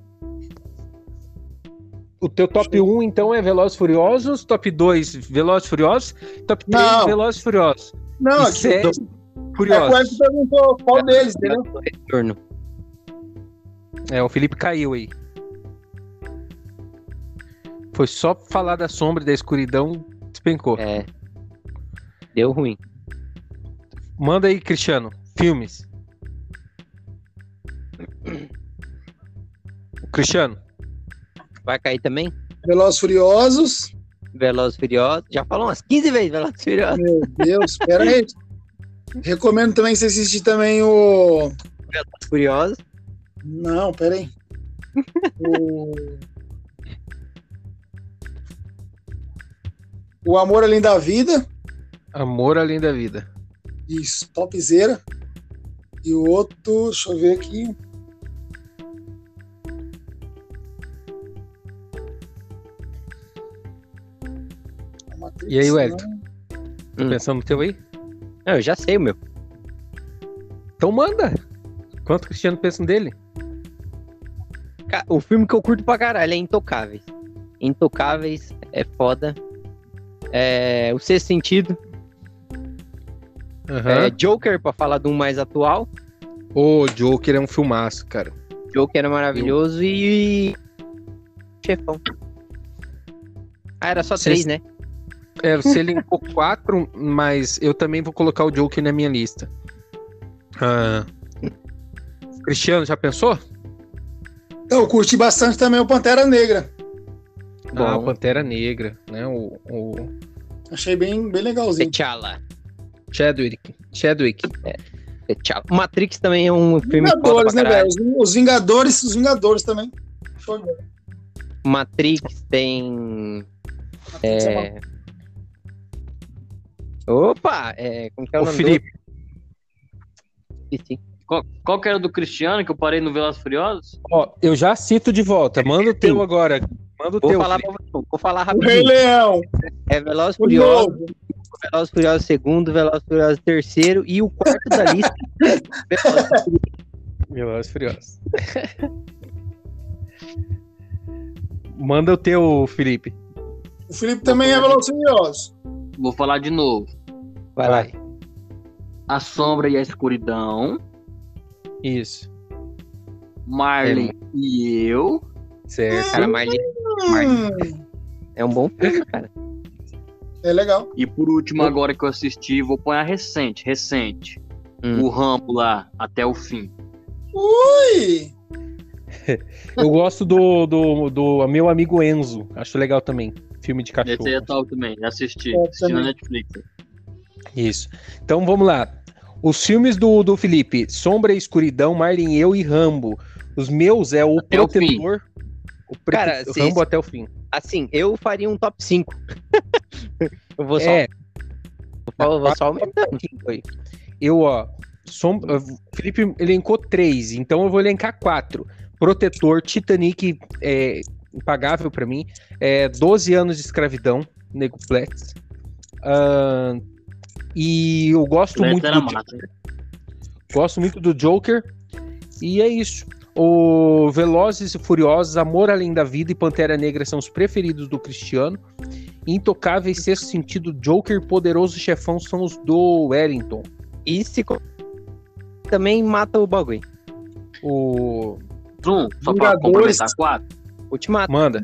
O teu top um, então, é Velozes e Furiosos. Top dois, Velozes e Furiosos. Top três, Não. Velozes e Furiosos. Não, E aqui, série, é que o Furiosos. Everton perguntou qual deles, entendeu? Retorno. É, o Felipe caiu aí. Foi só falar da sombra e da escuridão, despencou. É. Deu ruim. Manda aí, Cristiano. Filmes. O Cristiano. Vai cair também? Veloz Furiosos. Velozes e Furiosos. Já falou umas quinze vezes Velozes e Furiosos. Meu Deus, pera aí. Recomendo também você assistir também o Curioso. Não, peraí. O... o Amor Além da Vida. Amor Além da Vida. Isso, topzera. E o outro, deixa eu ver aqui. A Matrix, E aí, Wellington? não. Tá Hum. pensando no teu aí? Não, eu já sei o meu. Então manda. Quanto o Cristiano pensa dele? Ca- O filme que eu curto pra caralho é Intocáveis. Intocáveis é foda. É, o Sexto Sentido. Aham. É, Joker, pra falar de um mais atual. O Joker é um filmaço, cara. Joker é maravilhoso e. Chefão. Ah, era só Sexto- três, né? É, você linkou quatro, mas eu também vou colocar o Joker na minha lista. Ah, Cristiano, já pensou? Eu curti bastante também o Pantera Negra. Ah, o Bom. Pantera Negra, né? O, o Achei bem, bem legalzinho. T'Challa. Chadwick. Chadwick. T'Challa. Matrix também é um filme foda Vingadores, pra né, caralho. velho? Os- Os Vingadores, os Vingadores também. Show de bola. Matrix tem. Matrix é bom. É... Opa! É... Como que é o Ô, nome Felipe, do... Esqueci. Qual, qual que era do Cristiano, que eu parei no Velozes e Furiosos? ó, eu já cito de volta. Manda o teu Sim. agora. Manda o Vou teu. falar, Felipe. pra... Vou falar O Rei rapidinho. Leão. É Velozes e O Furiosos, novo. Velozes e Furiosos segundo, Velozes e Furiosos terceiro e o quarto da lista. Velozes e Furiosos. Velozes e Furiosos. Manda o teu, Felipe. O Felipe também é Velozes e Furiosos. Vou falar de novo. Vai lá. A Sombra e a Escuridão, Isso. Marley e eu, Certo. Cara, Marley Hum, é um bom filme, cara. é legal. e por último agora que eu assisti, vou pôr a recente, recente. Hum. O Rambo lá, até o fim. Ui! Eu gosto do, do, do meu amigo Enzo. Acho legal também. Filme de cachorro. Esse aí é top também, já assisti, É, assisti na também. Netflix. Isso. Então vamos lá. Os filmes do, do Felipe: Sombra e Escuridão, Marlin e eu e Rambo. Os meus é o Até o Protetor. O, Prote- Cara, o se- Rambo até o fim. Assim, eu faria um top cinco. Eu vou só, É, vou, vou só aumentando. Foi. eu, ó. Som... o Felipe elencou três, então eu vou elencar quatro. Protetor, Titanic, é impagável pra mim. É doze anos de escravidão, Negoplex. Ah, e eu gosto Essa muito era do, massa, hein? gosto muito do Joker. E é isso. O Velozes e Furiosos, Amor Além da Vida e Pantera Negra são os preferidos do Cristiano. Intocáveis, Sexto Sentido, Joker, Poderoso Chefão são os do Wellington. E se co- também mata o bagulho. O Um, só pra Vingadores. complementar quatro. Ultimato. manda.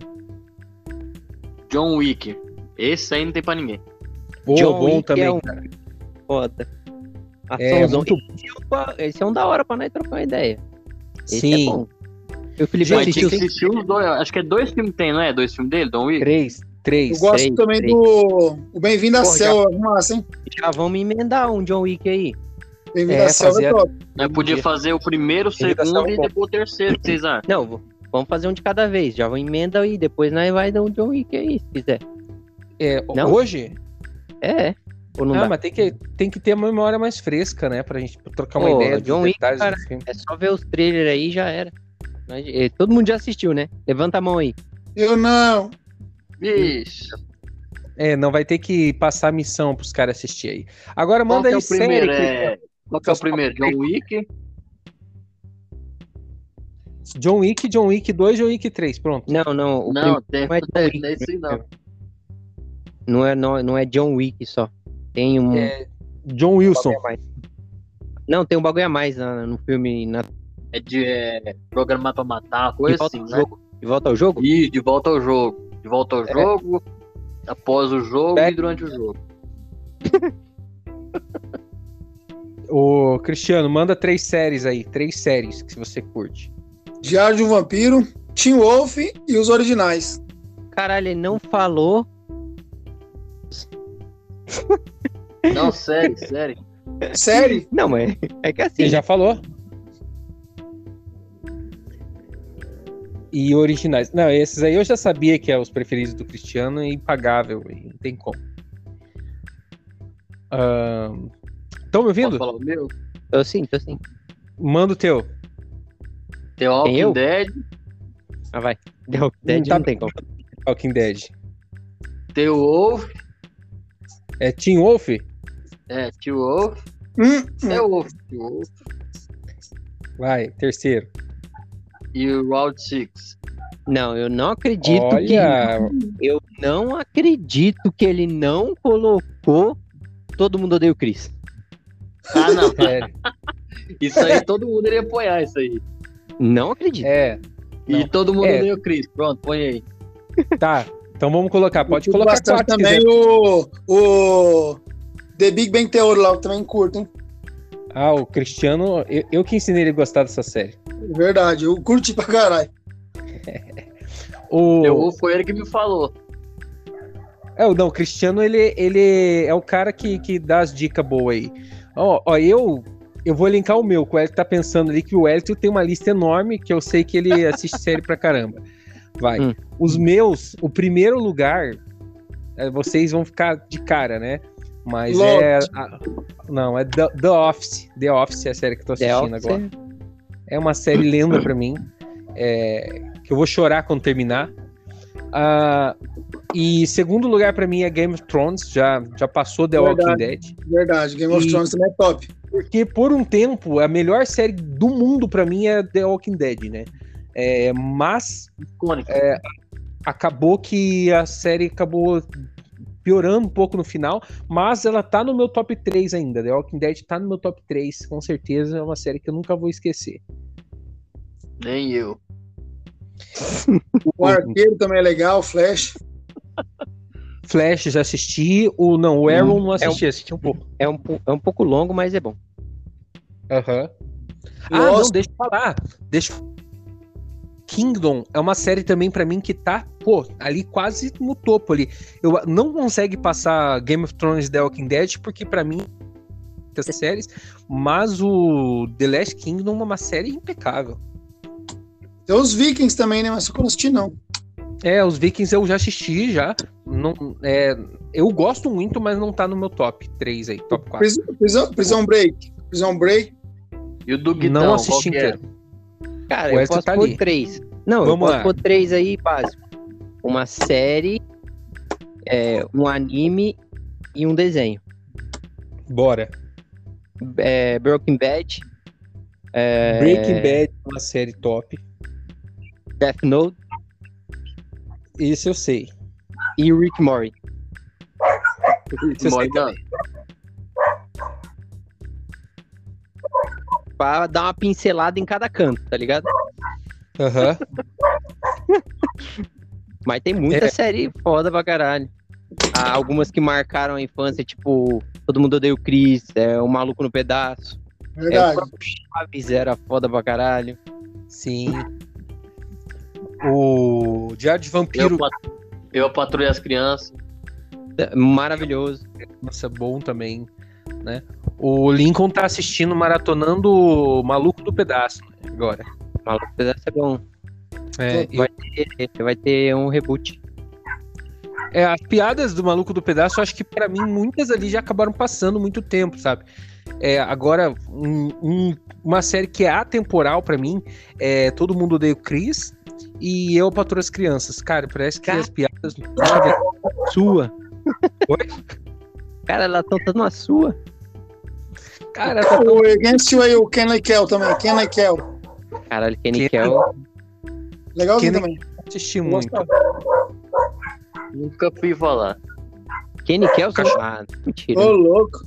John Wick. Esse aí não tem pra ninguém. Boa, John bom Wick também, é um- cara. Foda. É, Açãozão. muito Esse, é um, pa- esse é um da hora pra nós trocar uma ideia. Esse Sim. é bom. E o Felipe Gente, Mas tem assistiu que assistir os dois. Acho que é dois filmes que tem, não é? Dois filmes dele, John Wick? Três, três. Eu gosto três, também três. do o Bem-vindo à Porra, Selva. Massa, hein? Já vamos emendar um John Wick aí. Bem-vindo É, à Selva fazer- é top. Nós podia fazer o primeiro, o Imitação segundo e bom. depois o terceiro, o que vocês acham? Não, vou- vamos fazer um de cada vez. Já vou emenda aí, depois nós vai dar um John Wick aí, se quiser. É, Não? hoje? É. Ou não ah, dá? mas tem que, tem que ter uma memória mais fresca, né? Pra gente trocar uma Pô, ideia dos John Wick, detalhes cara. do filme. É só ver os trailers aí já era. Nós- eh, Todo mundo já assistiu, né? Levanta a mão aí. Eu não. Vixe. É, não vai ter que passar a missão pros caras assistir aí. Agora Qual manda que é aí o primeiro? série. É... Qual que é o primeiro? John Wick? que- John Wick, John Wick dois, John Wick três, pronto. Não, não. O Não, primeiro tem, não é John tem, Wick. tem esse aí não. Não é, não, não é John Wick só. Tem um. É, John Wilson. bagulho a mais. Não, tem um bagulho a mais na- no filme. Na... É de é, programar pra matar, De coisa volta assim, ao né? jogo. De volta ao jogo? E de volta ao jogo. De volta ao É. jogo, após o jogo É. e durante o jogo. Ô, Cristiano, manda três séries aí. Três séries que você curte. Diário de um Vampiro, Teen Wolf e os originais. Caralho, ele não falou. Não, sério, sério. Série? Não, mas é que assim. Ele já falou? E originais. Não, esses aí eu já sabia que é os preferidos do Cristiano e impagável, e não tem como. Estão me ouvindo? Posso falar o meu? Tô sim, tô sim. Manda o teu. The Walking eu? Dead, Ah, vai. The Walking Dead tá- não tem como. Walking Dead. The Wolf, É Teen Wolf? é, The Wolf, Hum, The Wolf, The Wolf Vai, terceiro. e o Round Six. Não, eu não acredito Olha, que... Eu não acredito que ele não colocou Todo Mundo Odeia o Chris. Ah, não. sério. Isso aí todo mundo iria apoiar isso aí. Não acredito. É, E Não. todo mundo É. odeia o Chris. Pronto, põe aí. tá. Então vamos colocar. Pode curto colocar bastante quatro se também quiser. o, o The Big Bang Theory lá, eu também curto, hein? Ah, o Cristiano, eu, eu que ensinei ele a gostar dessa série. Verdade, eu curti pra caralho. O, The Wolf foi ele que me falou. é, o- não, o Cristiano, ele, ele é o cara que, que dá as dicas boas aí. Ó, ó, eu, eu vou linkar o meu, que o Elton tá pensando ali que o Elton tem uma lista enorme, que eu sei que ele assiste série pra caramba. Vai. Hum. Os meus, o primeiro lugar, é, vocês vão ficar de cara, né? Mas Lost. é... a- não, é The, The Office. The Office é a série que eu tô The assistindo Office agora. É uma série lenda pra mim. É, que eu vou chorar quando terminar. Ah, e segundo lugar pra mim é Game of Thrones. Já, já passou The Verdade. Walking Dead. Verdade, Game of E- Thrones também é top. Porque por um tempo a melhor série do mundo pra mim é The Walking Dead, né? É, mas Icônico. acabou que a série acabou piorando um pouco no final, mas ela tá no meu top três ainda. The Walking Dead tá no meu top três, com certeza. É uma série que eu nunca vou esquecer. Nem eu. O Arqueiro também é legal, Flash. Flash já assisti, o não, o Arrow não assisti, assisti um pouco. É um, po- é um pouco longo, mas é bom. Aham. Ah, não, Lost. deixa eu falar. Deixa eu- Kingdom é uma série também pra mim que tá, pô, ali quase no topo ali. Eu não consegue passar Game of Thrones e The Walking Dead porque pra mim essas séries, mas o The Last Kingdom é uma série impecável. Tem os Vikings também, né? Mas eu não assisti, não. É, os Vikings eu já assisti já. Não, é, eu gosto muito, mas não tá no meu top três aí, top quatro. Prison, Prison, Prison Break. Prison Break. E o do Guitão, Não qual assisti que é? inteiro. Cara, O eu Wesley posso tá pôr ali. três. Não, eu Vamos posso lá. pôr três aí, básico. Uma série, é, um anime e um desenho. Bora. É, Breaking Bad, é, Breaking Bad é uma série top. Death Note Isso eu sei. e Rick and Morty. Isso eu sei Morgan. também. Pra dar uma pincelada em cada canto, tá ligado? Aham. Mas tem muita É. série foda pra caralho. Há algumas que marcaram a infância, tipo Todo Mundo Odeia o Chris, é, O Maluco no Pedaço. É, o Verdade. próprio Chaves era foda pra caralho. Sim. O Diário de Vampiro. Eu, pat... eu patrulhei as crianças. É, maravilhoso. Nossa, bom também, né? O Lincoln tá assistindo, maratonando o Maluco do Pedaço, né, agora. O Maluco no Pedaço é bom. É, Vai ter, vai ter um reboot. é, as piadas do Maluco do Pedaço, eu acho que pra mim muitas ali já acabaram passando muito tempo, sabe? É, agora, um- um- uma série que é atemporal pra mim é Todo Mundo Odeia o Chris e Eu, a Patroa das Crianças. Cara, parece que Cara. as piadas... nada a ver. Sua. Oi? Cara, ela tá dando a sua. Cara, tá tão... O, quem assistiu aí o Ken Kell também? Ken Kell. Caralho, Kenny Kenny- Kell. Legalzinho Ken- também. assisti muito. Nunca fui falar. Kenny Kell? Cachorro. Ah, mentira. Ô, louco.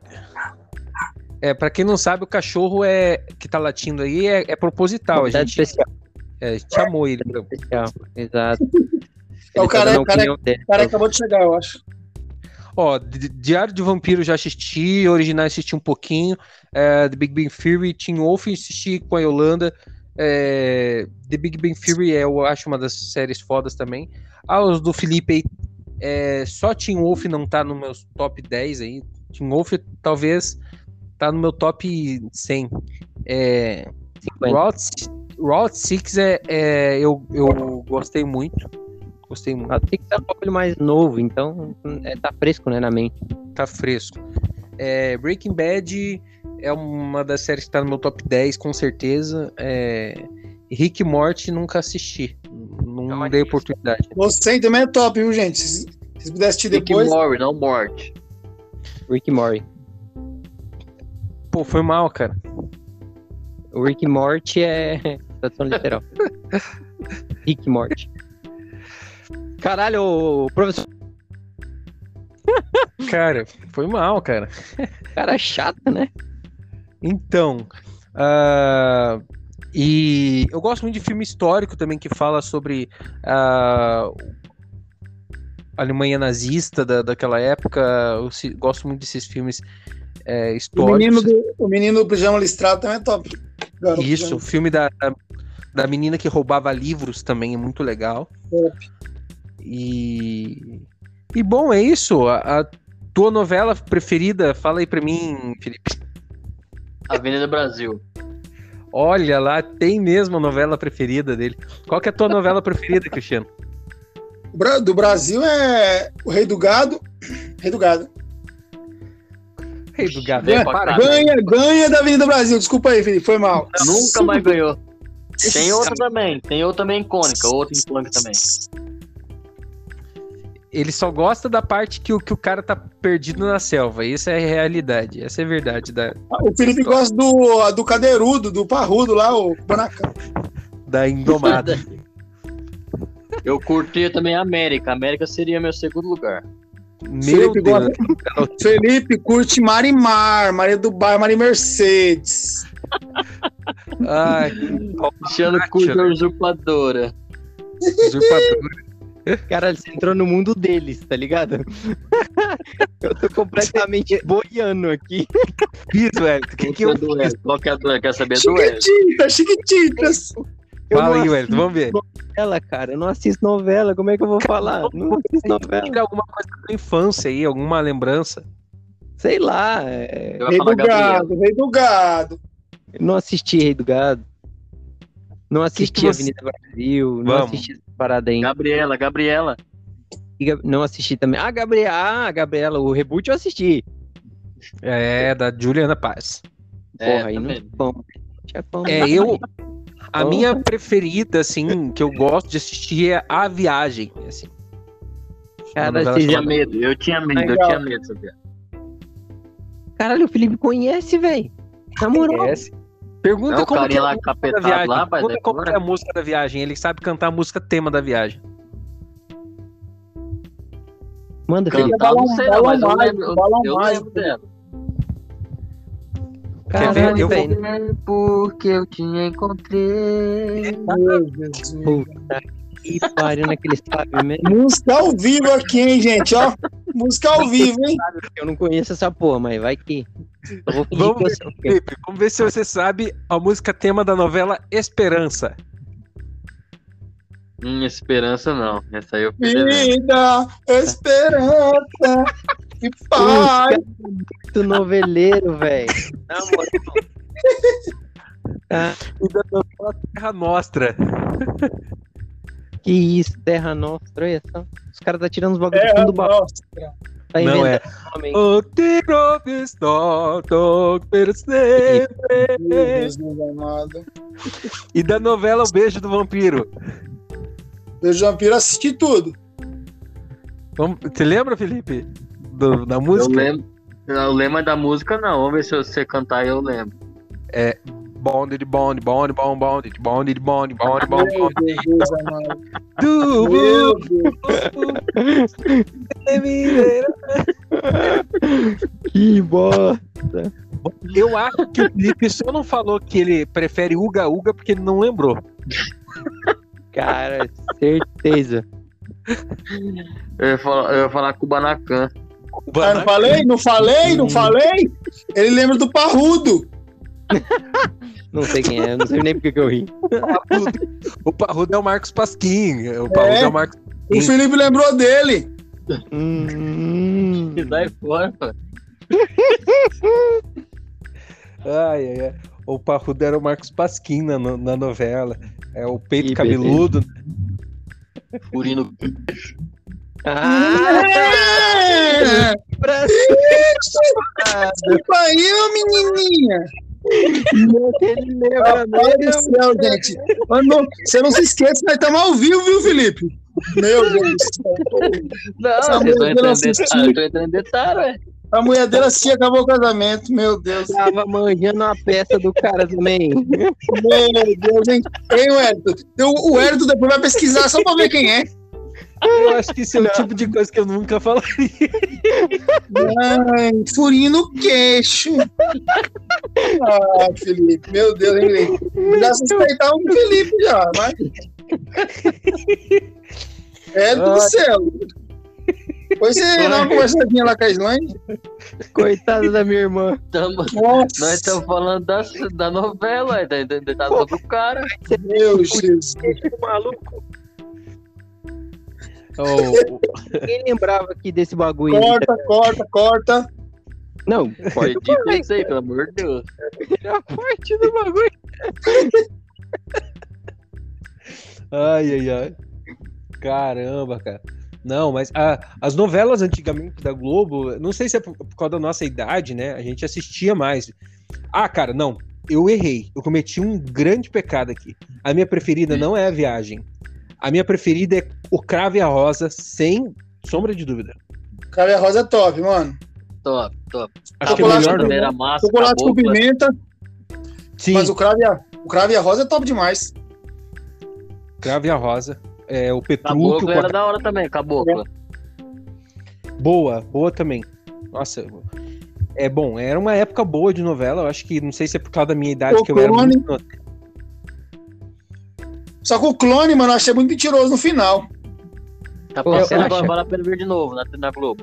É, pra quem não sabe, o cachorro é que tá latindo aí é, é proposital. A Convidado gente, especial. é, a gente chamou ele. pra- especial. Exato. É o Ele tá cara- dando a o cara- opinião dele. O cara acabou de chegar, eu acho. Ó, Di- Diário de Vampiro já assisti, Original assisti um pouquinho, é, The Big Bang Theory, Teen Wolf assisti com a Yolanda, é, The Big Bang Theory é, eu acho uma das séries fodas também. Ah, os do Felipe aí, é, só Teen Wolf não tá no meus top dez aí, Teen Wolf talvez tá no meu top cem. É, cinquenta. Route, Route seis é, é eu, eu gostei muito. Gostei muito. Ah, tem que ser um pouco mais novo, então é, tá fresco, né, na mente. Tá fresco. É, Breaking Bad é uma das séries que tá no meu top dez, com certeza. É, Rick e Morty nunca assisti. Não, não dei oportunidade. Você também é top, viu, gente? Se, se puder assistir Rick depois. Morty, não Morty. Rick e Morty. Pô, foi mal, cara. O Rick e Morty é tradução literal. Rick e Morty. Caralho, o professor. Cara, foi mal, cara. Cara chato, né? Então, uh, e eu gosto muito de filme histórico também que fala sobre uh, a Alemanha nazista da, daquela época. Eu se, gosto muito desses filmes é, O históricos. menino, do, o menino do pijama listrado também é top. Garoto Isso, pijama. o filme da, da, da menina que roubava livros também é muito legal. Top. E, e bom, é isso. A, a tua novela preferida, fala aí pra mim, Felipe. Avenida Brasil. Olha lá, tem mesmo a novela preferida dele. Qual que é a tua novela preferida, Cristiano? Bra- Do Brasil é o Rei do Gado. Rei do Gado. Rei do Gado. Vem É, pra para. cá. Ganha, ganha da Avenida Brasil. Desculpa aí, Felipe, foi mal. Nunca mais ganhou. Tem outra também. Tem outra também icônica. Outra icônica também. Ele só gosta da parte que o, que o cara tá perdido na selva. Isso é a realidade. Essa é a verdade da, O Felipe gosta do, do cadeirudo, do parrudo lá, o Bonacão. da Indomada. Eu curti também a América. A América seria meu segundo lugar. Meu Felipe Deus. gosta- Felipe curte Marimar, Maria do Bar, Maria Mercedes. Ai, Cristiano curte a usurpadora. usurpador. Cara, você entrou no mundo deles, tá ligado? Eu tô completamente boiando aqui. Isso, Wellington. O que, que eu Qual que é a do Hélio? Qual que é a do Hélio? Quer saber do Hélio? Chiquititas, chiquititas. Eu Fala não aí, Wellington, vamos ver. novela, cara. Eu não assisto novela. Como é que eu vou falar? Não assisto novela. Tira alguma coisa da tua infância aí, alguma lembrança. Sei lá. é, Eu Rei vou falar do Gabriel. Gado, Rei do Gado. eu Não assisti Rei do Gado. Não assisti que você- Avenida Brasil. Não Vamos. assisti essa parada aí. Gabriela, Gabriela. Não assisti também. Ah, Gabriela. Ah, Gabriela. O reboot eu assisti. É, da Juliana Paz. É, Porra, aí não também. tinha pão. Não tinha pão. É, eu. A Porra. minha preferida, assim, que eu gosto de assistir é A Viagem. Assim. Cara, Uma novela vocês Eu tinha chamada- medo, eu tinha medo, eu Legal. tinha medo, sabia? Caralho, o Felipe conhece, velho. Na moral. Conhece? Pergunta Não, o como que é carinha a lá música da capetado viagem. lá, vai, Pergunta daí como fora. que é a música da viagem. Ele sabe cantar a música tema da viagem. Manda, Felipe. Cantar, não sei não, mas eu Balão lembro, eu, balão eu mágico. lembro dela. Quer ver? Caralho, Eu vou- velho. Porque eu te encontrei. Meu Jesus. Puta que pariu naquele sabe mesmo. Música ao vivo aqui, hein, gente, ó. Música ao vivo, hein. Eu não conheço essa porra, mas vai que. Eu vou fingir Vamos que eu ver, sei. Felipe, vamos ver se você sabe a música tema da novela Esperança. Hum, esperança não. Essa aí eu fiz devendo. Vida, esperança e paz. Muito noveleiro, velho. Na moral. Ah, E da novela Terra Nostra. que isso, Terra Nostra, olha só. Os caras tá tirando os bagulhos É, do fundo do baú. nossa. Tá Não inventando é. nome aí. O tiro pistol, toque per sempre. Meu Deus, meu amado. E da novela O Beijo do Vampiro. Eu Vampiro assisti tudo. Vamos- Você lembra, Felipe? Do- da Eu música? lembro. Eu lembro da música, não. Vamos ver se você cantar eu lembro. Bonde de bonde, bonde, bonde, bonde, bonde de bonde, bonde, bonde, Meu bonde. Deus, amado. Do- Meu Deus. Que bosta. Eu acho que o Felipe só não falou que ele prefere Uga Uga porque ele não lembrou. Cara, certeza. Eu ia falar, eu ia falar Kubanacan. Ah, não falei? Não falei? Não falei? Ele lembra do Parrudo. Não sei quem é, não sei nem porque que eu ri. O Parrudo é o Marcos Pasquim. O Parrudo é, É. o Marcos O Sim. Felipe lembrou dele. Hum, Sai fora, mano. Ai, ai, ai. o parrudo era o Marcos Pasquim na, no- na novela. É o peito Ih, cabeludo. Furino. Ah, É, pra desculpa aí, ô menininha. ele lembra Pai do céu, gente. Mas não- você não se esqueça, nós estamos ao vivo, viu, Felipe? Meu Deus do céu. Não, Essa vocês estão mulher entrando não em assistiu. detalhe. Eu tô entrando em detalhe, ué. A mulher dele assim acabou o casamento, meu Deus. Tava manjando a peça do cara também. Meu Deus, hein? Hein, o Hélito? O, o Hélito depois vai pesquisar só pra ver quem é. Eu acho que isso é o tipo de coisa que eu nunca falaria. Ai, furinho no queixo. Ah, Felipe, meu Deus, hein, Felipe? Já suspeitava o Felipe já, mas. Hélito do céu. Depois você dá uma conversadinha lá com a Islândia. Coitada da minha irmã. Tamo- Nossa, Nós estamos falando da, da novela, ué, da, da, da, do cara. meu Jesus. Maluco. Oh, Ninguém lembrava aqui desse bagulho. aí. Corta, corta, corta. Não, pode Edita isso aí, pelo amor de Deus. a parte do bagulho. ai, ai, ai. Caramba, cara. Não, mas a- as novelas antigamente da Globo, não sei se é por, por causa da nossa idade, né? A gente assistia mais. Ah, cara, não. Eu errei. Eu cometi um grande pecado aqui. A minha preferida não é A Viagem. A minha preferida é O Cravo e a Rosa, sem sombra de dúvida. Cara, a rosa é top, mano. Top, top. Acho que é Chocolate melhor. com também era massa. Chocolate com cabocla. pimenta, Sim, mas o cravo, e a, o cravo e a rosa é top demais. Cravo e a Rosa. É, o Petrúquio. Caboclo com era a- da hora também, caboclo. Boa, boa também. Nossa, é bom. Era uma época boa de novela. Eu acho que, não sei se é por causa da minha idade, O que eu era Clone. muito. Só que o clone, mano, eu achei muito mentiroso no final. Tá Pô, passando você agora, acha? vale a pena ver de novo na, na Globo.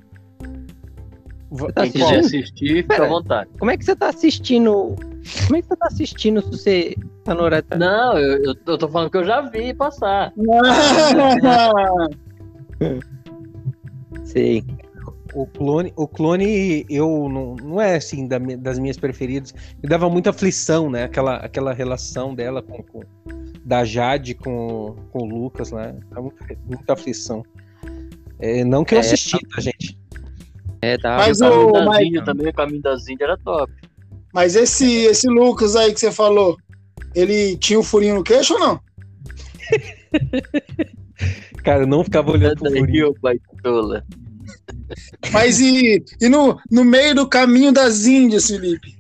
Va- Tá Quem assistindo? quiser assistir, fica à Pera. vontade. Como é que você tá assistindo? Como é que você tá assistindo se você tá no horário? Não, eu, eu, eu tô falando que eu já vi passar. Sei. O clone, o clone, eu não, não é assim da mi- das minhas preferidas. Me dava muita aflição, né? Aquela, aquela relação dela com, com- da Jade com, com o Lucas lá. Dá muita, muita aflição. É, não que eu É, assisti, tá, gente? É, tá. Mas o caminho o das Mike- Índias também, o caminho das Índias era top. Mas esse, esse Lucas aí que você falou, ele tinha um furinho no queixo ou não? Cara, eu não ficava olhando pro Daí, furinho. ô baitola. Mas e, e no, no meio do caminho das Índias, Felipe?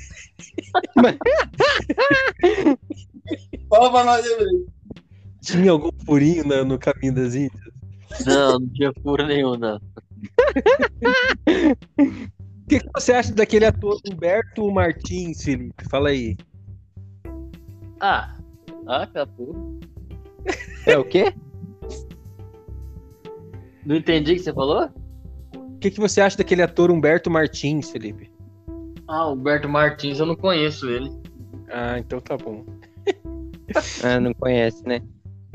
Fala pra nós aí, Felipe. Tinha algum furinho na- no caminho das Índias? Não, não tinha furo nenhum, não. O que, que você acha daquele ator Humberto Martins, Felipe? Fala aí. Ah, ah, capô. É o quê? Não entendi o que você falou? O que, que você acha daquele ator Humberto Martins, Felipe? Ah, o Humberto Martins, eu não conheço ele. Ah, então tá bom. Ah, não conhece, né?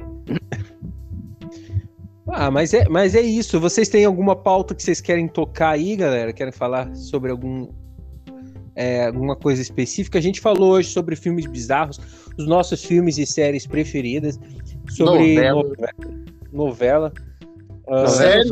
Ah, mas é, mas é isso. Vocês têm alguma pauta que vocês querem tocar aí, galera? Querem falar sobre algum, é, alguma coisa específica? A gente falou hoje sobre filmes bizarros, os nossos filmes e séries preferidas, sobre Novela. novela. novela. Ah, Novela Sério?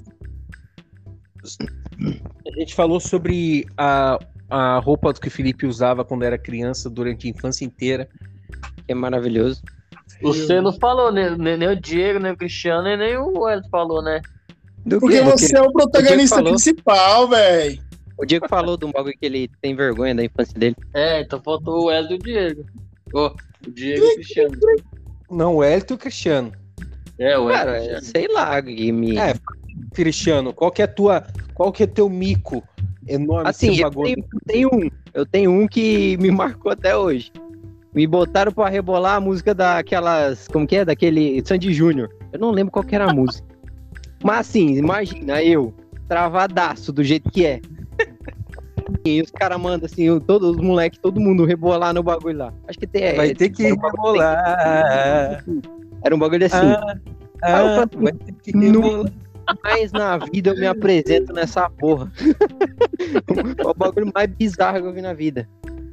a gente falou sobre a, a roupa que o Felipe usava quando era criança, durante a infância inteira. Que é maravilhoso. Você não falou, nem, nem, nem o Diego, nem o Cristiano, nem, nem o Elton falou, né? Do Porque quê? você é o protagonista falou. principal, velho. O Diego falou de um bagulho que ele tem vergonha da infância dele. É, então faltou o Elton e o Diego. Ô, o Diego e o Cristiano. Não, o Hélito e o Cristiano. É, o Elton e o Cara, Cristiano. sei lá, Guilherme. É, Cristiano, qual que é a tua, qual que é teu mico enorme? Assim, seu eu bagulho? tenho, eu tenho um. Eu tenho um que me marcou até hoje. Me botaram pra rebolar a música daquelas. Como que é? Daquele Sandy Júnior. Eu não lembro qual que era a música. Mas assim, imagina eu, travadaço do jeito que é. E os caras mandam assim, eu- todos os moleques, todo mundo rebolar no bagulho lá. Acho que tem. Vai ter que era um bagulho- rebolar. Era um bagulho assim. Ah, ah, Ah, vai ter que nu- rebolar. Mas na vida eu me apresento nessa porra. É o bagulho mais bizarro que eu vi na vida.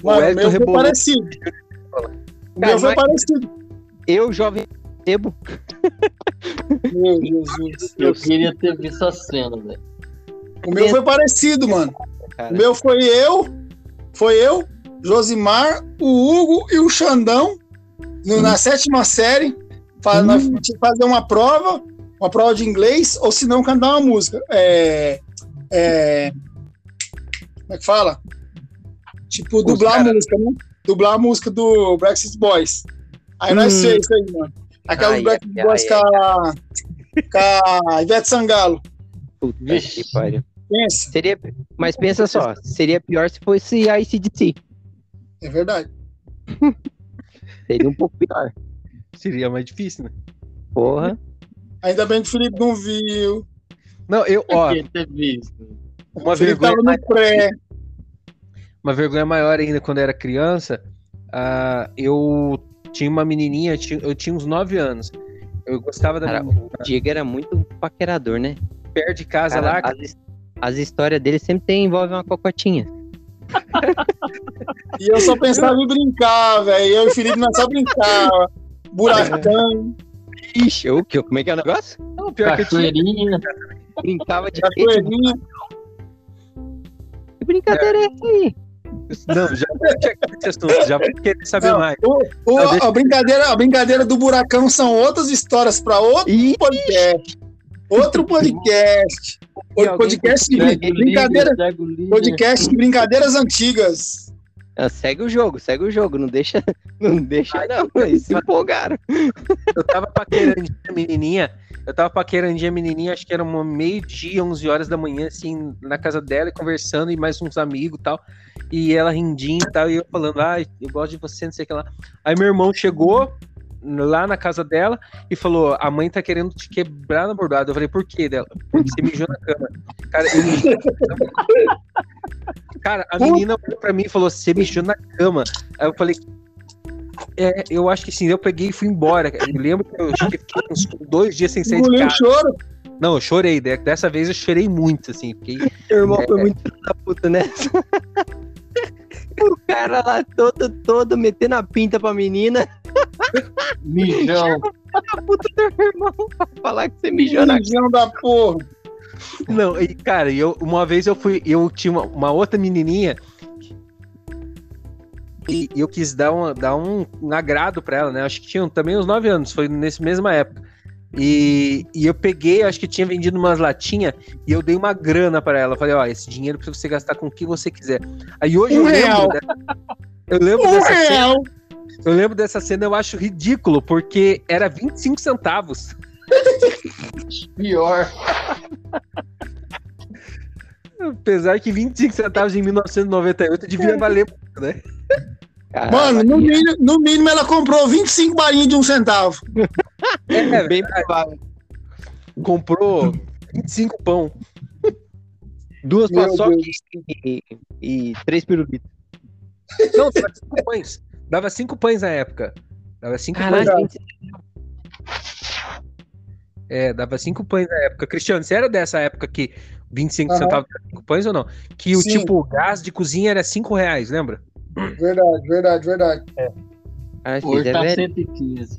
Mano, o Wellington meu foi rebolou. parecido. O Cara, meu foi mas- parecido. Eu, jovem sebo, Meu Jesus. Eu queria ter visto a cena, velho. O meu foi parecido, mano. cara. O meu foi eu, foi eu, Josimar, o Hugo e o Xandão no- na sétima série. Fa- nós tínhamos que fazer uma prova, uma prova de inglês, ou se não, cantar uma música. É, é, como é que fala? Tipo, dublar a música, né? Dublar a música do Backstreet Boys. Aí nós Hum. fez isso aí, mano. Aquela Ai, do Backstreet ai, Boys ai, com a, com a Ivete Sangalo. Puta Vixe. que pariu. Pensa, Seria, mas pensa só, seria pior se fosse a A C D C. é verdade. Seria um pouco pior. Seria mais difícil, né? Porra. Ainda bem que o Felipe não viu. Não, eu, ó, Queria ter visto. uma O Felipe vergonha, tava no pré. uma vergonha maior ainda quando eu era criança, ah, eu tinha uma menininha, tinha- eu tinha uns nove anos. Eu gostava da Cara, menina o Diego era muito paquerador, né? perto de casa Cara, lá. as, his- as histórias dele sempre tem, envolvem uma cocotinha. E eu só pensava em brincar, velho. Eu e o Felipe nós só brincava. Buracão, Ixi, o que? Como é que é o negócio? Não, pior que eu tinha. Cachoeirinha. Brincava de quê? cachoeirinha. Que brincadeira é essa aí? Não, já vou checar esse assunto, já vou querer saber Não, mais. o- o- Não, deixa- a, brincadeira, a brincadeira do buracão são outras histórias para outro Ih, podcast. Outro podcast. Tem Outro alguém podcast de Segue o brincadeira. líder, segue o líder. Podcast de brincadeiras antigas. ah, segue o jogo, segue o jogo, não deixa, não deixa não, eles se empolgaram. Eu tava paquerandinha a menininha, eu tava paquerandinha a menininha, acho que era uma meio-dia, onze horas da manhã, assim, na casa dela, e conversando, e mais uns amigos e tal, e ela rindinha e tal, e eu falando, ai, eu gosto de você, não sei o que lá. Aí meu irmão chegou lá na casa dela e falou, a mãe tá querendo te quebrar na bordada. Eu falei, por quê dela? Porque você mijou na cama. Cara, eu mijei na cama. Cara, a menina olhou pra mim e falou, você mijou na cama. Aí eu falei, é, eu acho que sim. Eu peguei e fui embora. Eu lembro que eu acho que fiquei uns dois dias sem sair de Engoliu o casa. choro. Não, eu chorei. de- Dessa vez eu chorei muito, assim. Fiquei... Meu irmão foi muito filho da puta nessa. O cara lá todo, todo metendo a pinta pra menina. Mijão. A puta do meu irmão pra falar que você mijou na Mijão da porra. Não, e cara, eu, uma vez eu fui, eu tinha uma, uma outra menininha e eu quis dar, uma, dar um, um agrado pra ela, né? Acho que tinha também uns nove anos, foi nessa mesma época. E, e eu peguei, acho que tinha vendido umas latinhas e eu dei uma grana pra ela. Falei, ó, esse dinheiro pra você gastar com o que você quiser. Aí hoje Um eu lembro, real. dessa, eu lembro Um dessa cena, real. eu lembro dessa cena, eu acho ridículo, porque era vinte e cinco centavos. Pior. Apesar que vinte e cinco centavos em mil novecentos e noventa e oito devia valer muito, né? cara. Mano, no mínimo, no mínimo ela comprou vinte e cinco balinhas de um centavo. É, bem provável. comprou vinte e cinco pão. Duas Meu paçoca Deus. e, e, e três pirulitos. Não, dava cinco pães. Dava cinco pães na época. Dava cinco Caralho, pães. vinte- É, dava cinco pães na época. Cristiano, você era dessa época que vinte e cinco Aham. centavos era cinco pães ou não? Que o Sim. tipo, o gás de cozinha era cinco reais, lembra? Verdade, verdade, verdade. Cara, vocês Hoje é tá velho. cento e quinze.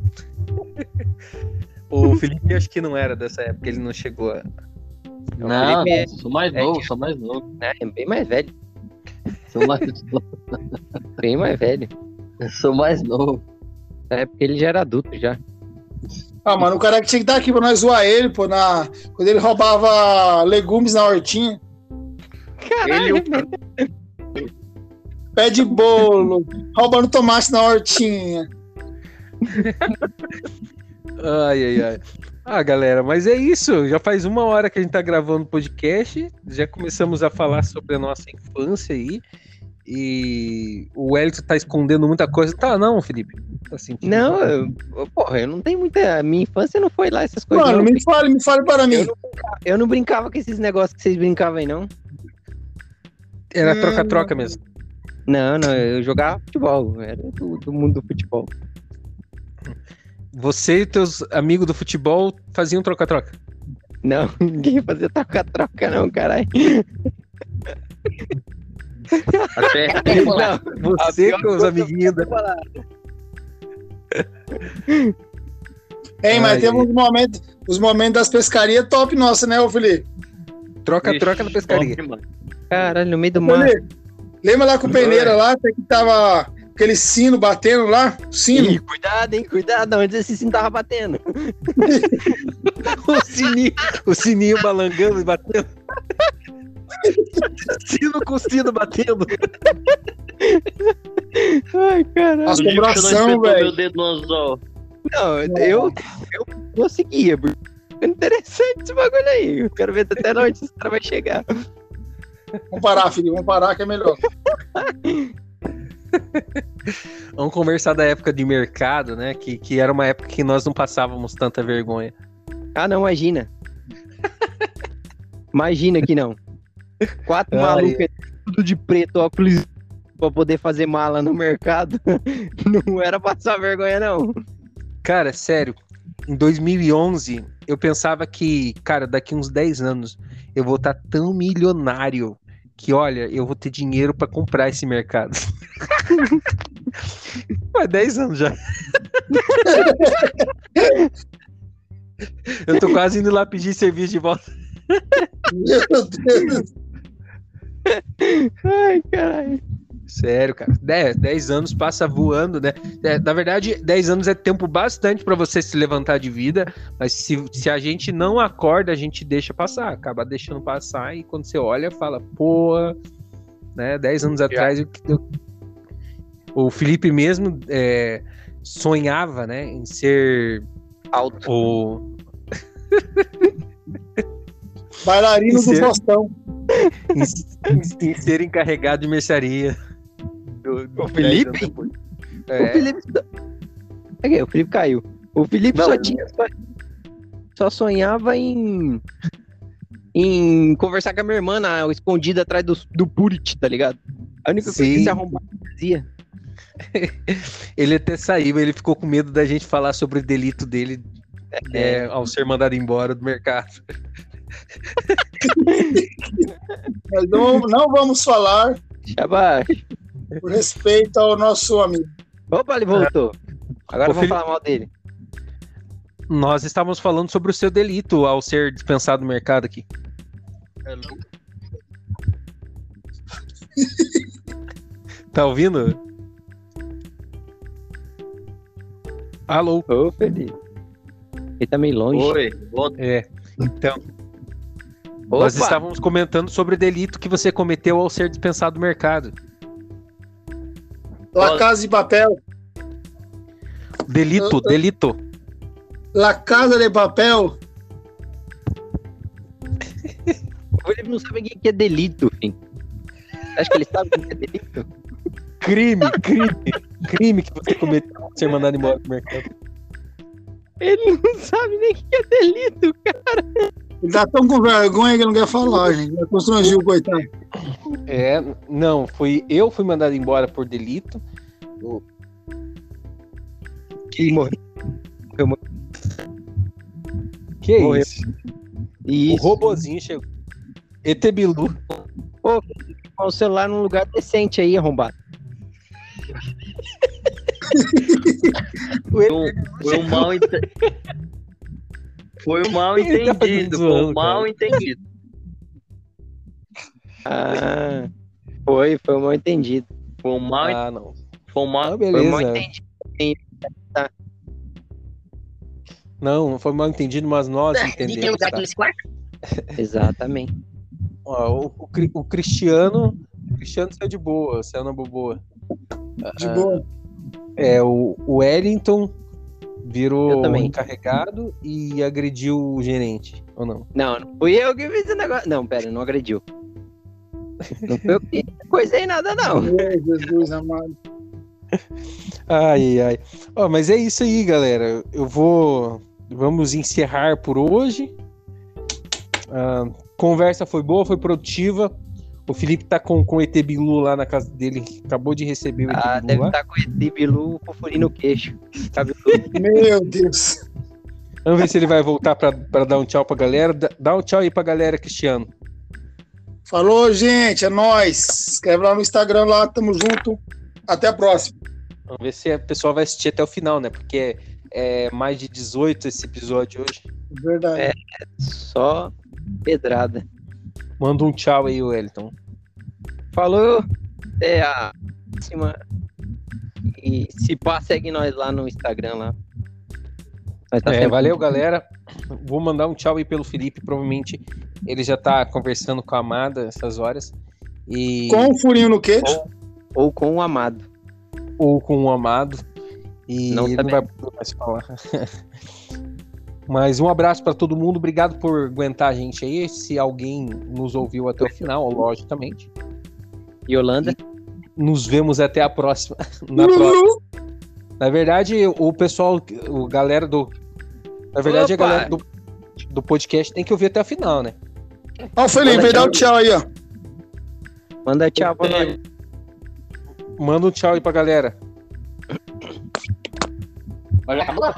O Felipe acho que não era dessa época, ele não chegou a... Não, Felipe é- sou mais é novo, de- sou mais novo. É bem mais velho. Sou mais novo. Bem mais velho. Eu sou mais novo. É porque ele já era adulto já. Ah, mano, o cara que tinha que estar aqui pra nós zoar ele, pô, na... quando ele roubava legumes na hortinha. Caralho, Ele- Pé de bolo, roubando tomate na hortinha. Ai, ai, ai. Ah, galera, mas é isso. Já faz uma hora que a gente tá gravando o podcast. Já começamos a falar sobre a nossa infância aí. E o Wellington tá escondendo muita coisa. Tá, não, Felipe? Tá sentindo? Não, eu, eu- porra, eu não tenho muita. A minha infância não foi lá essas coisas. Mano, não. me fale, me fale para mim. Eu não, eu não brincava com esses negócios que vocês brincavam aí, não. Era Hum. troca-troca mesmo. Não, não, eu jogava futebol. Eu era do, do mundo do futebol. Você e teus amigos do futebol faziam troca-troca. Não, ninguém fazia troca-troca, não, caralho. Até, Até rebolar. Não, a Você pior com os coisa amiguinhos da... Hein, mas Ai, teve ai. uns momentos, os momentos das pescarias top nossa, né, ô Felipe? Troca, Vixe, troca na pescaria. top, mano. Caralho, no meio do mar. Felipe, lembra lá com o Peneira Oi. lá, até que tava aquele sino batendo lá? Sino. Ih, cuidado, hein? Cuidado, onde esse sino tava batendo. O sininho, o sininho balangando e batendo. Sino com sino batendo. Ai, caralho. Nossa, No dia que você não Assombração, espetou velho. meu dedo no anzol. Não, eu, eu conseguia, porque é interessante esse bagulho aí. Eu quero ver até onde esse cara vai chegar. Vamos parar, filho, vamos parar que é melhor. Vamos conversar da época de mercado, né? Que, que era uma época que nós não passávamos tanta vergonha. Ah, não, imagina. Imagina que não. Quatro Ai. malucos, tudo de preto, óculos, pra poder fazer mala no mercado. Não era passar vergonha, não. Cara, sério, em dois mil e onze, eu pensava que, cara, daqui uns dez anos, eu vou estar tão milionário que, olha, eu vou ter dinheiro pra comprar esse mercado. Ué, dez anos já. Eu tô quase indo lá pedir serviço de volta. Meu Deus. Ai, caralho. Sério, cara. dez anos passa voando, né? É, na verdade, dez anos é tempo bastante pra você se levantar de vida, mas se, se a gente não acorda, a gente deixa passar, acaba deixando passar e quando você olha, fala, pô, né? dez anos atrás, eu, eu, o Felipe mesmo é, sonhava, né, em ser Alto. o... Bailarino do Ser- Faustão. em, em- em ser encarregado de mercearia. Do, do O Felipe? dez anos depois. O É, Felipe. Aqui, o Felipe caiu. O Felipe Não, só eu- tinha. Só, só sonhava em. Em conversar com a minha irmã na, escondida atrás do, do Purit, tá ligado? A única coisa que Sim. se arrombava fazia. ele até saiu, ele ficou com medo da gente falar sobre o delito dele é, ao ser mandado embora do mercado. Mas não, não vamos falar Chaba. por respeito ao nosso amigo. Opa, ele voltou. Agora Ô, vamos Felipe- falar mal dele. Nós estávamos falando sobre o seu delito ao ser dispensado do mercado aqui. Tá ouvindo? Alô? Ô, Felipe. Ele tá meio longe. Oi, volta. É. Então, Opa. nós estávamos comentando sobre o delito que você cometeu ao ser dispensado do mercado. La Casa de Papel. Delito, delito. La Casa de Papel. O Felipe não sabe o que é delito, filho. Acho que ele sabe o que é delito. Crime, crime, crime que você cometeu ao ser mandado embora do mercado. Ele não sabe nem o que é delito, cara. Ele tá tão com vergonha que não quer falar, gente. Já constrangiu o coitado. É, não, foi eu fui mandado embora por delito. Que morreu. Que Morreu. isso? O Isso. robozinho chegou. Etebilu. Com o celular num lugar decente aí, arrombado. Foi um, foi um mal ente... Foi um mal Ele tá entendido. Foi zoando, um mal cara. entendido. Ah, foi, foi um mal entendido. Foi um mal, Ah, não. foi um mal, Ah, Foi um mal beleza. entendido. Não, não foi mal entendido, mas nós De ter entendemos. lugar Tá? aqui nesse quarto? Exatamente. Ó, o, o, Cri- o Cristiano. O Cristiano saiu de boa, saiu na boa. De boa. É, o, o Wellington Eu virou também. encarregado e agrediu o gerente, ou não? Não, não fui eu que fiz o negócio. Não, pera, não agrediu. Não foi eu que coisei nada, não. Meu Jesus amado. Ai, ai. Ó, mas é isso aí, galera. Eu vou. Vamos encerrar por hoje. A conversa foi boa, foi produtiva. O Felipe tá com, com o Etebilu lá na casa dele. Acabou de receber o Ah, Etebilu deve lá. estar com esse bilu com furinho no queixo. Sabe? Meu Deus. Vamos ver se ele vai voltar pra, pra dar um tchau pra galera. Dá, dá um tchau aí pra galera, Cristiano. Falou, gente. É nóis. Escreve lá no Instagram, lá. Tamo junto. Até a próxima. Vamos ver se o pessoal vai assistir até o final, né? Porque é mais de dezoito esse episódio hoje. Verdade. É. Só pedrada. Manda um tchau aí, Wellington. Falou. Até a próxima. E se pá, segue nós lá no Instagram lá. Nós tá É, sempre- valeu, galera. Vou mandar um tchau aí pelo Felipe. Provavelmente ele já tá conversando com a Amada essas horas. E... Com um furinho no queixo. Ou, ou com o amado. Ou com o Amado. E Não ele não vai sabemos. poder mais falar. Mas um abraço para todo mundo. Obrigado por aguentar a gente aí. Se alguém nos ouviu até o final, logicamente. Yolanda. Nos vemos até a próxima. Na próxima. Na verdade, o pessoal, o galera do. Na verdade, Opa! a galera do, do podcast tem que ouvir até o final, né? Ó, o Felipe, vem dar o tchau aí, ó. Manda tchau pra nós. Manda um tchau aí pra galera. Mas já acabou?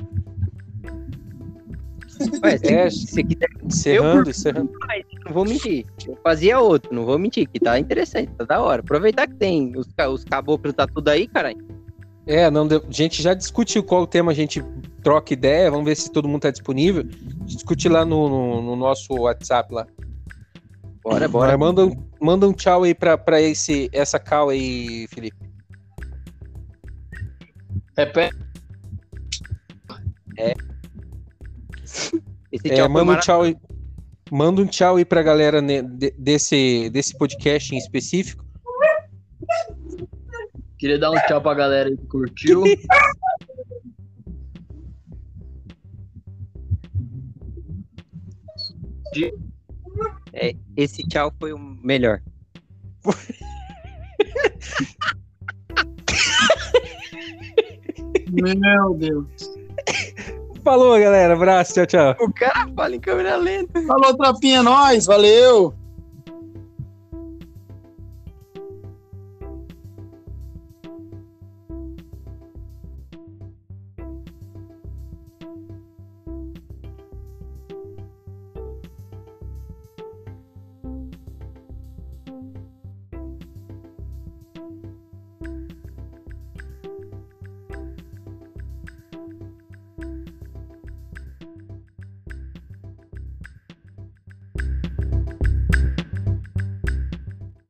Ué, se, É, se quiser, encerrando, encerrando. não vou mentir. Eu fazia outro, não vou mentir, que tá interessante, tá da hora. Aproveitar que tem os, ca- os caboclos, tá tudo aí, caralho. É, não deu- a gente já discutiu qual o tema, a gente troca ideia, vamos ver se todo mundo tá disponível. Discutir lá no, no, no nosso WhatsApp lá. Bora, bora. Mas manda, um- manda um tchau aí pra, pra esse, essa call aí, Felipe. Repete. Esse É, tchau foi manda um mara- tchau aí. Manda um tchau aí pra galera né, de- desse, desse podcast em específico. Queria dar um tchau pra galera aí que curtiu. é, esse tchau foi o melhor. Meu Deus. Falou, galera. Abraço. Tchau, tchau. O cara fala em câmera lenta. Falou, tropinha, nós. Valeu.